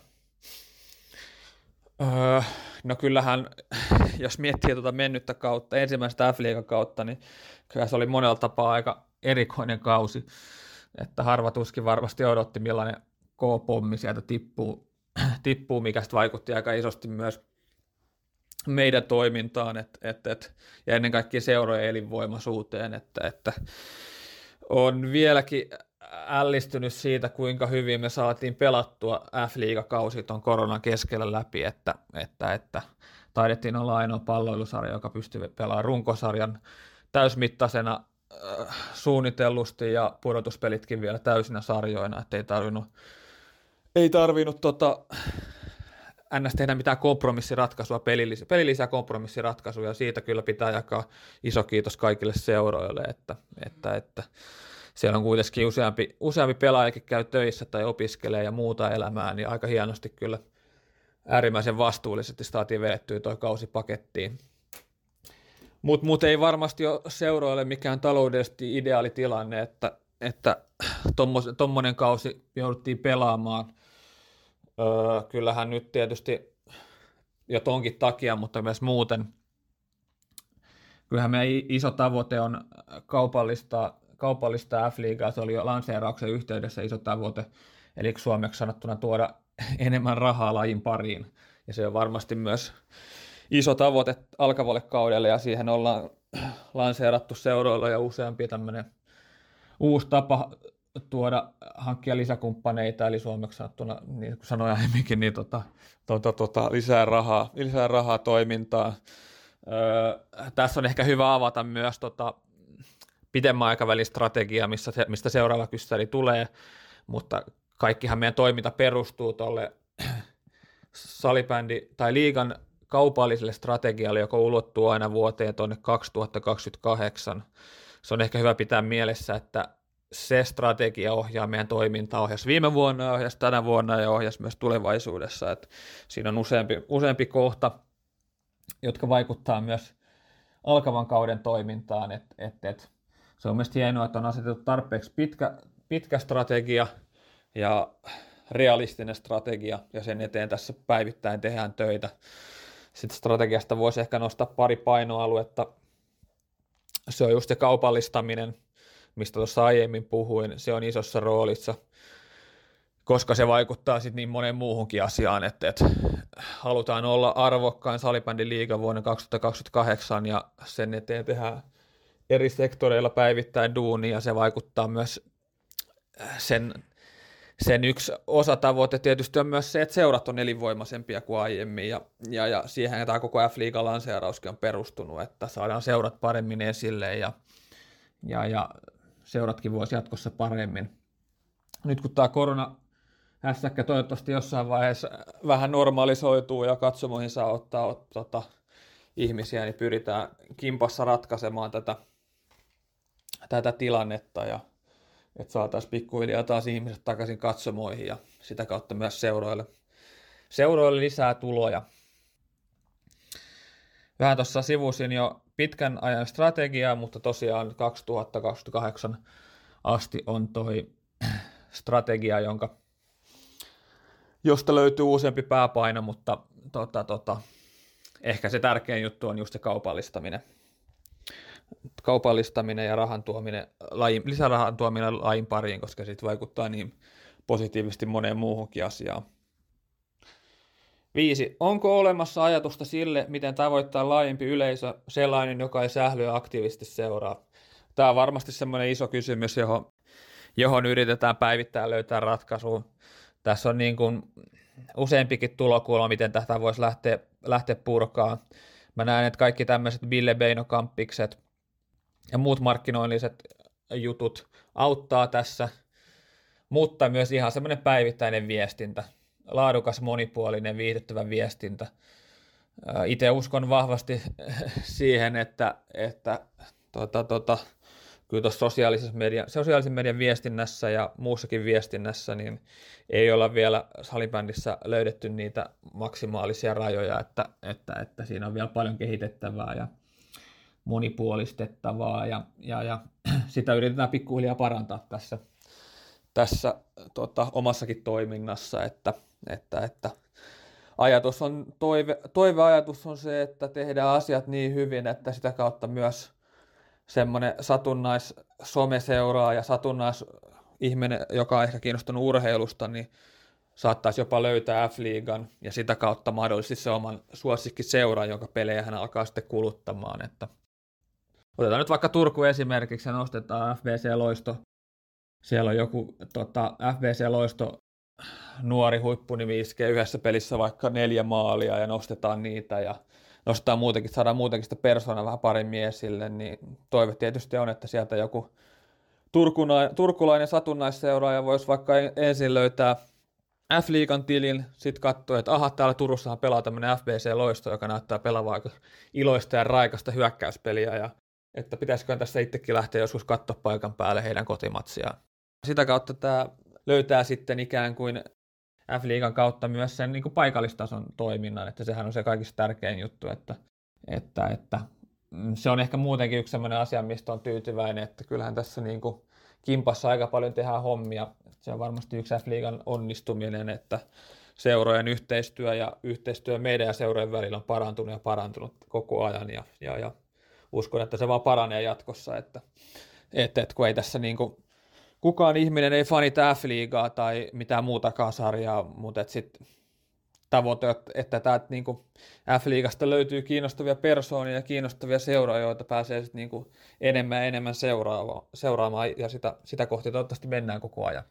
Öö, no kyllähän, jos miettii tuota mennyttä kautta, ensimmäistä F-liigan kautta, niin kyllä se oli monella tapaa aika erikoinen kausi. Että harva tuskin varmasti odotti, millainen K-pommi sieltä tippuu, tippuu mikä sitten vaikutti aika isosti myös meidän toimintaan et, et, et, ja ennen kaikkea seurojen elinvoimaisuuteen, että, että on vieläkin ällistynyt siitä, kuinka hyvin me saatiin pelattua F-liigakausi tuon koronan keskellä läpi, että, että, että taidettiin olla ainoa palloilusarja, joka pystyi pelaamaan runkosarjan täysmittaisena äh, suunnitellusti ja pudotuspelitkin vielä täysinä sarjoina, että ei tarvinnut, ei tarvinnut tota, ns. Tehdä mitään kompromissiratkaisua, pelillisiä, pelillisiä kompromissiratkaisuja, siitä kyllä pitää jakaa iso kiitos kaikille seuroille, että, että, että siellä on kuitenkin useampi, useampi pelaajakin käy töissä tai opiskelee ja muuta elämää, niin aika hienosti kyllä äärimmäisen vastuullisesti saatiin vedettyä toi kausi pakettiin. Mutta mut ei varmasti ole seuroille mikään taloudellisesti ideaali tilanne, että että tuommoinen kausi jouduttiin pelaamaan. Öö, kyllähän nyt tietysti jo tonkin takia, mutta myös muuten. Kyllähän meidän iso tavoite on kaupallistaa, kaupallistaa F-liigaa, se oli jo lanseerauksen yhteydessä iso tavoite, eli suomeksi sanottuna tuoda enemmän rahaa lajin pariin. Ja se on varmasti myös iso tavoite alkavalle kaudelle, ja siihen ollaan lanseerattu seuroilla ja useampi tämmöinen uusi tapa tuoda, hankkia lisäkumppaneita, eli suomeksi sanottuna, niin kuin sanoin aiemminkin, niin tota, tota, tota, lisää, rahaa, lisää rahaa toimintaan. Öö, tässä on ehkä hyvä avata myös tota, pitemmän aikavälin strategia, missä se, mistä seuraava kyssäri tulee, mutta kaikkihan meidän toiminta perustuu tuolle salibändi tai liigan kaupalliselle strategialle, joka ulottuu aina vuoteen tuonne kaksituhattakaksikymmentäkahdeksan. Se on ehkä hyvä pitää mielessä, että se strategia ohjaa meidän toimintaa, ohjasi viime vuonna, ohjasi tänä vuonna ja ohjasi myös tulevaisuudessa. Että siinä on useampi, useampi kohta, jotka vaikuttaa myös alkavan kauden toimintaan. Et, et, et. Se on mielestäni hienoa, että on asetettu tarpeeksi pitkä, pitkä strategia ja realistinen strategia, ja sen eteen tässä päivittäin tehdään töitä. Sitten strategiasta voisi ehkä nostaa pari painoaluetta. Se on just se kaupallistaminen, mistä tuossa aiemmin puhuin. Se on isossa roolissa, koska se vaikuttaa sitten niin moneen muuhunkin asiaan, että, että halutaan olla arvokkain salibändin liiga vuonna kaksituhattakaksikymmentäkahdeksan, ja sen eteen tehdään eri sektoreilla päivittäin duunia, ja se vaikuttaa myös sen Sen yksi osatavoite tietysti on myös se, että seurat on elinvoimaisempia kuin aiemmin, ja, ja, ja siihen tämä koko F-liigan lanseerauskin on perustunut, että saadaan seurat paremmin esille, ja, ja, ja seuratkin voisi jatkossa paremmin. Nyt kun tämä korona-hässäkkä toivottavasti jossain vaiheessa vähän normalisoituu ja katsomoihin saa ottaa tota, ihmisiä, niin pyritään kimpassa ratkaisemaan tätä, tätä tilannetta, ja että saataisiin pikkuhiljaa taas ihmiset takaisin katsomoihin ja sitä kautta myös seuroille, seuroille lisää tuloja. Vähän tuossa sivusin jo pitkän ajan strategiaa, mutta tosiaan kaksituhattakaksikymmentäkahdeksan asti on toi strategia, jonka, josta löytyy useampi pääpaino, mutta tota, tota, ehkä se tärkein juttu on just se kaupallistaminen. kaupallistaminen ja rahan tuominen, lajin, lisärahan tuominen lajin pariin, koska siitä vaikuttaa niin positiivisesti moneen muuhunkin asiaan. Viisi. Onko olemassa ajatusta sille, miten tavoittaa laajempi yleisö, sellainen, joka ei sählyä aktiivisesti seuraa? Tämä on varmasti semmoinen iso kysymys, johon, johon yritetään päivittäin löytää ratkaisua. Tässä on niin kuin useampikin tulokulma, miten tätä voisi lähteä, lähteä purkaan. Mä näen, että kaikki tämmöiset Ville Beino-kamppikset ja muut markkinoilliset jutut auttaa tässä, mutta myös ihan semmoinen päivittäinen viestintä, laadukas, monipuolinen, viihdyttävä viestintä. Itse uskon vahvasti siihen, että, että tota, tota, kyllä tuossa sosiaalisessa median, sosiaalisen median viestinnässä ja muussakin viestinnässä niin ei olla vielä salibändissä löydetty niitä maksimaalisia rajoja, että, että, että siinä on vielä paljon kehitettävää ja monipuolistettavaa, ja, ja, ja sitä yritetään pikkuhiljaa parantaa tässä, tässä tota, omassakin toiminnassa, että, että, että ajatus on, toive, toiveajatus on se, että tehdään asiat niin hyvin, että sitä kautta myös semmoinen satunnais someseuraa ja satunnais ihminen, joka on ehkä kiinnostunut urheilusta, niin saattaisi jopa löytää F-liigan ja sitä kautta mahdollisesti se oman suosikkiseuran, jonka pelejä hän alkaa sitten kuluttamaan. Että otetaan nyt vaikka Turku esimerkiksi ja nostetaan F B C Loisto. Siellä on joku tota, F B C Loisto nuori huippunimi iskee yhdessä pelissä vaikka neljä maalia ja nostetaan niitä ja nostetaan muutenkin, saadaan muutenkin sitä persoonaa vähän paremmin esille, niin toive tietysti on, että sieltä joku turkulainen, turkulainen satunnaisseuraaja voisi vaikka ensin löytää F-liigan tilin, sitten katsoa, että aha, täällä Turussahan pelaa tämmöinen F B C Loisto, joka näyttää pelaavaa aika iloista ja raikasta hyökkäyspeliä, ja että pitäisikö tässä itsekin lähteä joskus katsoa paikan päälle heidän kotimatsiaan. Sitä kautta tämä löytää sitten ikään kuin F-liigan kautta myös sen niin kuin paikallistason toiminnan, että sehän on se kaikista tärkein juttu, että, että, että se on ehkä muutenkin yksi sellainen asia, mistä on tyytyväinen, että kyllähän tässä niin kuin kimpassa aika paljon tehdään hommia. Se on varmasti yksi F-liigan onnistuminen, että seurojen yhteistyö ja yhteistyö meidän ja seurojen välillä on parantunut ja parantunut koko ajan ja, ja, ja uskon, että se vaan paranee jatkossa, että, että, että kun ei tässä niin kuin, kukaan ihminen ei fanita F-liigaa tai mitään muutakaan sarjaa, mutta että sitten tavoite, että täältä niin kuin F-liigasta löytyy kiinnostavia persoonia ja kiinnostavia seuroja, joita pääsee sitten niin kuin enemmän ja enemmän seuraamaan ja sitä, sitä kohti toivottavasti mennään koko ajan.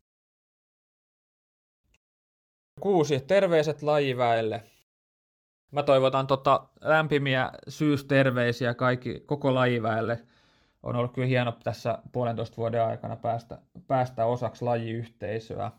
Kuusi. Terveiset lajiväelle. Mä toivotan tota lämpimiä syysterveisiä kaikki, koko lajiväelle. On ollut kyllä hieno tässä puolentoista vuoden aikana päästä, päästä osaksi lajiyhteisöä.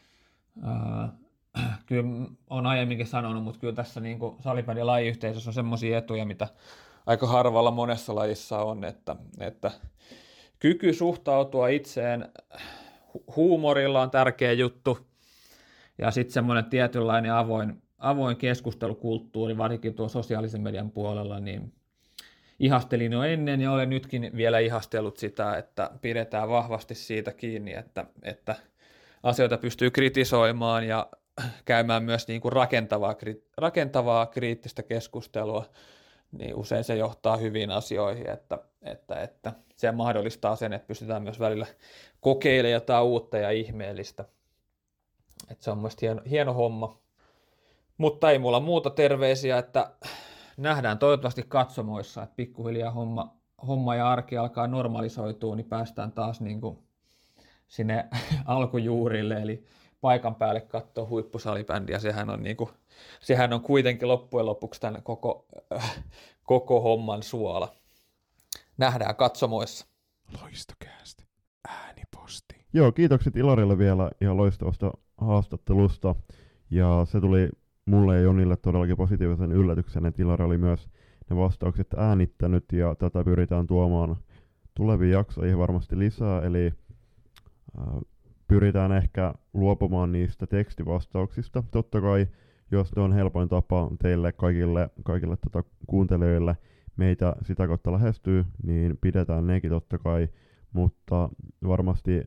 Ää, kyllä olen aiemminkin sanonut, mutta kyllä tässä niin salibändin lajiyhteisössä on semmoisia etuja, mitä aika harvalla monessa lajissa on, että, että kyky suhtautua itseen huumorilla on tärkeä juttu. Ja sitten semmoinen tietynlainen avoin, avoin keskustelukulttuuri, varsinkin tuo sosiaalisen median puolella, niin ihastelin jo ennen ja olen nytkin vielä ihastellut sitä, että pidetään vahvasti siitä kiinni, että, että asioita pystyy kritisoimaan ja käymään myös niin kuin rakentavaa, rakentavaa kriittistä keskustelua, niin usein se johtaa hyviin asioihin, että, että, että se mahdollistaa sen, että pystytään myös välillä kokeilemaan jotain uutta ja ihmeellistä. Että se on mielestäni hieno, hieno homma. Mutta ei mulla muuta terveisiä, että nähdään toivottavasti katsomoissa, että pikkuhiljaa homma, homma ja arki alkaa normalisoitua, niin päästään taas niin kuin sinne alkujuurille, eli paikan päälle katsoa huippusalibändiä. Sehän on, niin kuin, sehän on kuitenkin loppujen lopuksi tämän koko, äh, koko homman suola. Nähdään katsomoissa. Loistokäästi. Ääniposti. Joo, kiitokset Ilarille vielä ihan loistavasta haastattelusta. Ja se tuli mulle ja Jonille todellakin positiivisen yllätyksen, että Ilari oli myös ne vastaukset äänittänyt, ja tätä pyritään tuomaan tuleviin jaksoihin varmasti lisää, eli äh, pyritään ehkä luopumaan niistä tekstivastauksista. Totta kai, jos ne on helpoin tapa teille kaikille, kaikille tota, kuuntelijoille meitä sitä kautta lähestyy, niin pidetään nekin totta kai, mutta varmasti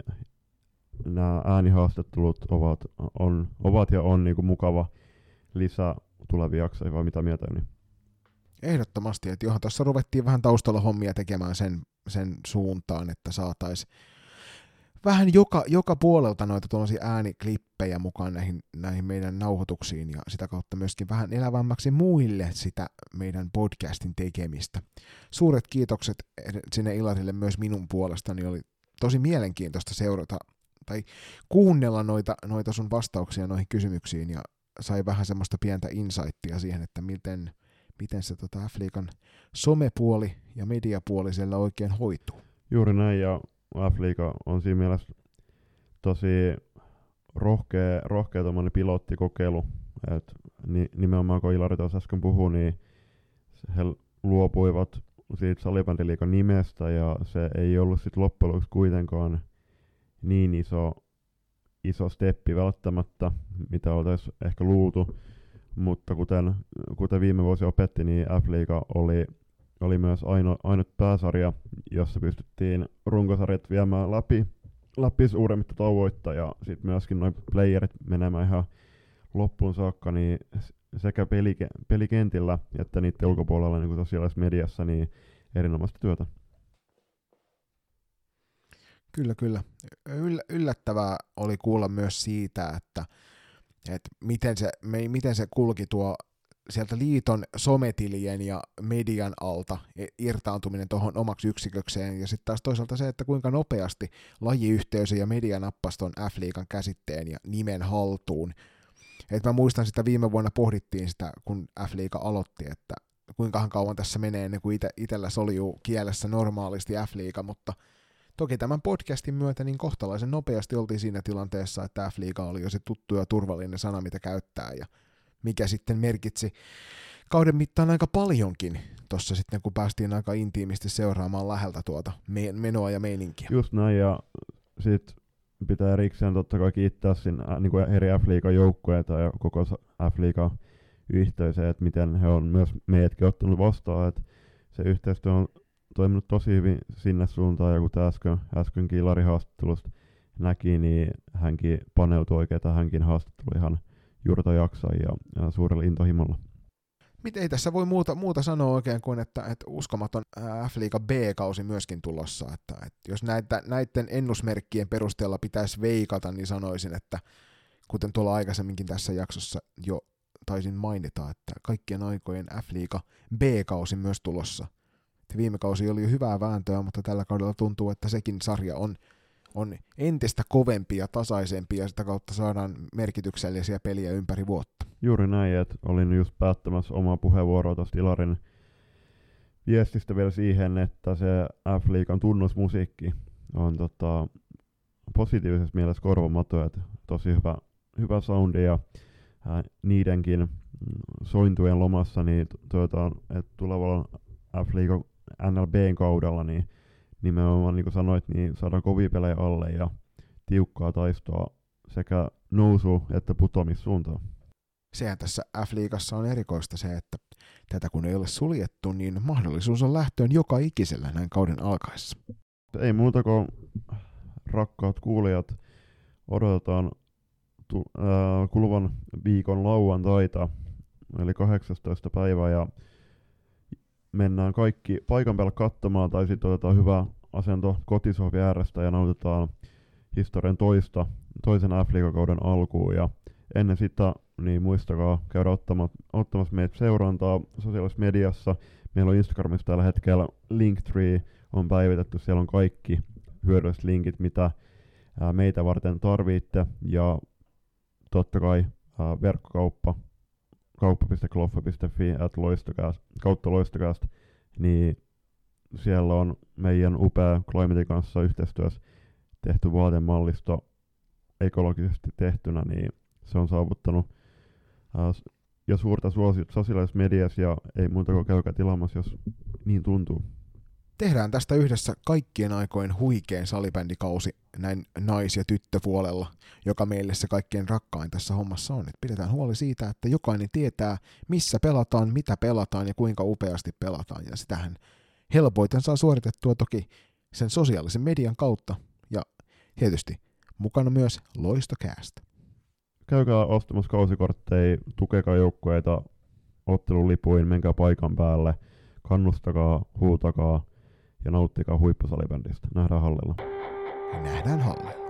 nämä äänihaastattelut ovat, on, ovat ja on niin kuin mukava lisää tulevia jaksoja, vai mitä mieltä on? Ehdottomasti, että johon tuossa ruvettiin vähän taustalla hommia tekemään sen, sen suuntaan, että saataisiin vähän joka, joka puolelta noita tuollaisia ääniklippejä mukaan näihin, näihin meidän nauhoituksiin ja sitä kautta myöskin vähän elävämmäksi muille sitä meidän podcastin tekemistä. Suuret kiitokset sinne Ilarille myös minun puolestani, oli tosi mielenkiintoista seurata tai kuunnella noita, noita sun vastauksia noihin kysymyksiin ja sai vähän semmoista pientä insightia siihen, että miten, miten se tota F-liigan somepuoli ja mediapuoli siellä oikein hoituu. Juuri näin, ja F-liiga on siinä mielessä tosi rohkea, rohkea tommoinen pilottikokeilu, että ni, nimenomaan kun Ilari tuossa äsken puhui, niin he luopuivat siitä salibändiliigan nimestä, ja se ei ollut sitten loppujen lopuksi kuitenkaan niin iso, iso steppi välttämättä, mitä oltaisiin ehkä luultu, mutta kuten, kuten viime vuosi opetti, niin F-liiga oli, oli myös aino, ainut pääsarja, jossa pystyttiin runkosarjat viemään läpi, läpi suuremmitta tauoitta, ja sitten myöskin noin playerit menemään ihan loppuun saakka, niin sekä pelike, pelikentillä että niiden ulkopuolella niin kuin sosiaalisessa mediassa, niin erinomaista työtä. Kyllä, kyllä. Yll- yllättävää oli kuulla myös siitä, että, että miten, se, me, miten se kulki tuo sieltä liiton sometilien ja median alta irtaantuminen tuohon omaksi yksikökseen, ja sitten taas toisaalta se, että kuinka nopeasti lajiyhteisö ja media nappasi tuon F-liigan käsitteen ja nimen haltuun. Et mä muistan sitä viime vuonna pohdittiin sitä, kun F-liiga aloitti, että kuinkahan kauan tässä menee ennen kuin ite, itellä soljuu kielessä normaalisti F-liiga, mutta toki tämän podcastin myötä niin kohtalaisen nopeasti oltiin siinä tilanteessa, että F-liiga oli jo se tuttu ja turvallinen sana, mitä käyttää, ja mikä sitten merkitsi kauden mittaan aika paljonkin tuossa sitten, kun päästiin aika intiimisti seuraamaan läheltä tuota menoa ja meininkiä. Just näin, ja sitten pitää erikseen totta kai kiittää siinä, niin kuin eri F-liigan joukkueita ja koko F-liigan yhteisöä, että miten he on myös meidätkin ottanut vastaan, että se yhteistyö on toiminut tosi hyvin sinne suuntaan, ja kuten äsken, äsken Kilarin haastattelusta näki, niin hänkin paneutui oikein hänkin haastattelu ihan juurta jaksaa ja, ja suurella intohimolla. Miten ei tässä voi muuta, muuta sanoa oikein kuin, että, että uskomaton F-liiga B-kausi myöskin tulossa. Että, että jos näitä, näiden ennusmerkkien perusteella pitäisi veikata, niin sanoisin, että kuten tuolla aikaisemminkin tässä jaksossa jo taisin mainita, että kaikkien aikojen F-liiga B-kausi myös tulossa. Että viime kausi oli jo hyvää vääntöä, mutta tällä kaudella tuntuu, että sekin sarja on, on entistä kovempi ja tasaisempi ja sitä kautta saadaan merkityksellisiä peliä ympäri vuotta. Juuri näin, että olin just päättämässä omaa puheenvuoroa tuosta Ilarin viestistä vielä siihen, että se F-liigan tunnusmusiikki on tota, positiivisessa mielessä korvamaton, että tosi hyvä, hyvä soundi ja ää, niidenkin sointujen lomassa, niin toivotaan, että tulevalla F-liigan N L B:n kaudella niin nimenomaan niin kuin sanoit, niin saadaan kovia pelejä alle ja tiukkaa taistoa sekä nousu- että putoamissuuntaan. Sehän tässä F-liigassa on erikoista se, että tätä kun ei ole suljettu, niin mahdollisuus on lähtöön joka ikisellä näin kauden alkaessa. Ei muuta kuin rakkaat kuulijat, odotetaan tu- äh, kuluvan viikon lauantaita, eli kahdeksastoista päivä, ja mennään kaikki paikan päällä katsomaan, tai sitten otetaan hyvä asento kotisohvi äärestä ja nautitaan historian toista, toisen F-liigakauden alkuun, ja ennen sitä niin muistakaa käydä ottamassa, ottamassa meitä seurantaa sosiaalisessa mediassa. Meillä on Instagramissa tällä hetkellä Linktree on päivitetty, siellä on kaikki hyödylliset linkit, mitä ää, meitä varten tarvitte, ja totta kai ää, verkkokauppa kauppa piste kloffa piste fi at loistokast, kautta loistokast, niin siellä on meidän upea Climatein kanssa yhteistyössä tehty vaatemallisto ekologisesti tehtynä, niin se on saavuttanut ää, ja suurta suosiota sosiaalisessa mediassa, ja ei muuta kuin käykää tilaamassa, jos niin tuntuu. Tehdään tästä yhdessä kaikkien aikojen huikein salibändikausi näin nais- ja tyttöpuolella, joka meille se kaikkein rakkain tässä hommassa on. Et pidetään huoli siitä, että jokainen tietää, missä pelataan, mitä pelataan ja kuinka upeasti pelataan. Ja sitähän helpoiten saa suoritettua toki sen sosiaalisen median kautta. Ja tietysti mukana myös Loistokäästä. Käykää ostamassa kausikortteja, tukekaa joukkueita ottelulipuin, menkää paikan päälle, kannustakaa, huutakaa ja nauttikaa huippusalibändistä. Nähdään hallilla. Nähdään hallilla.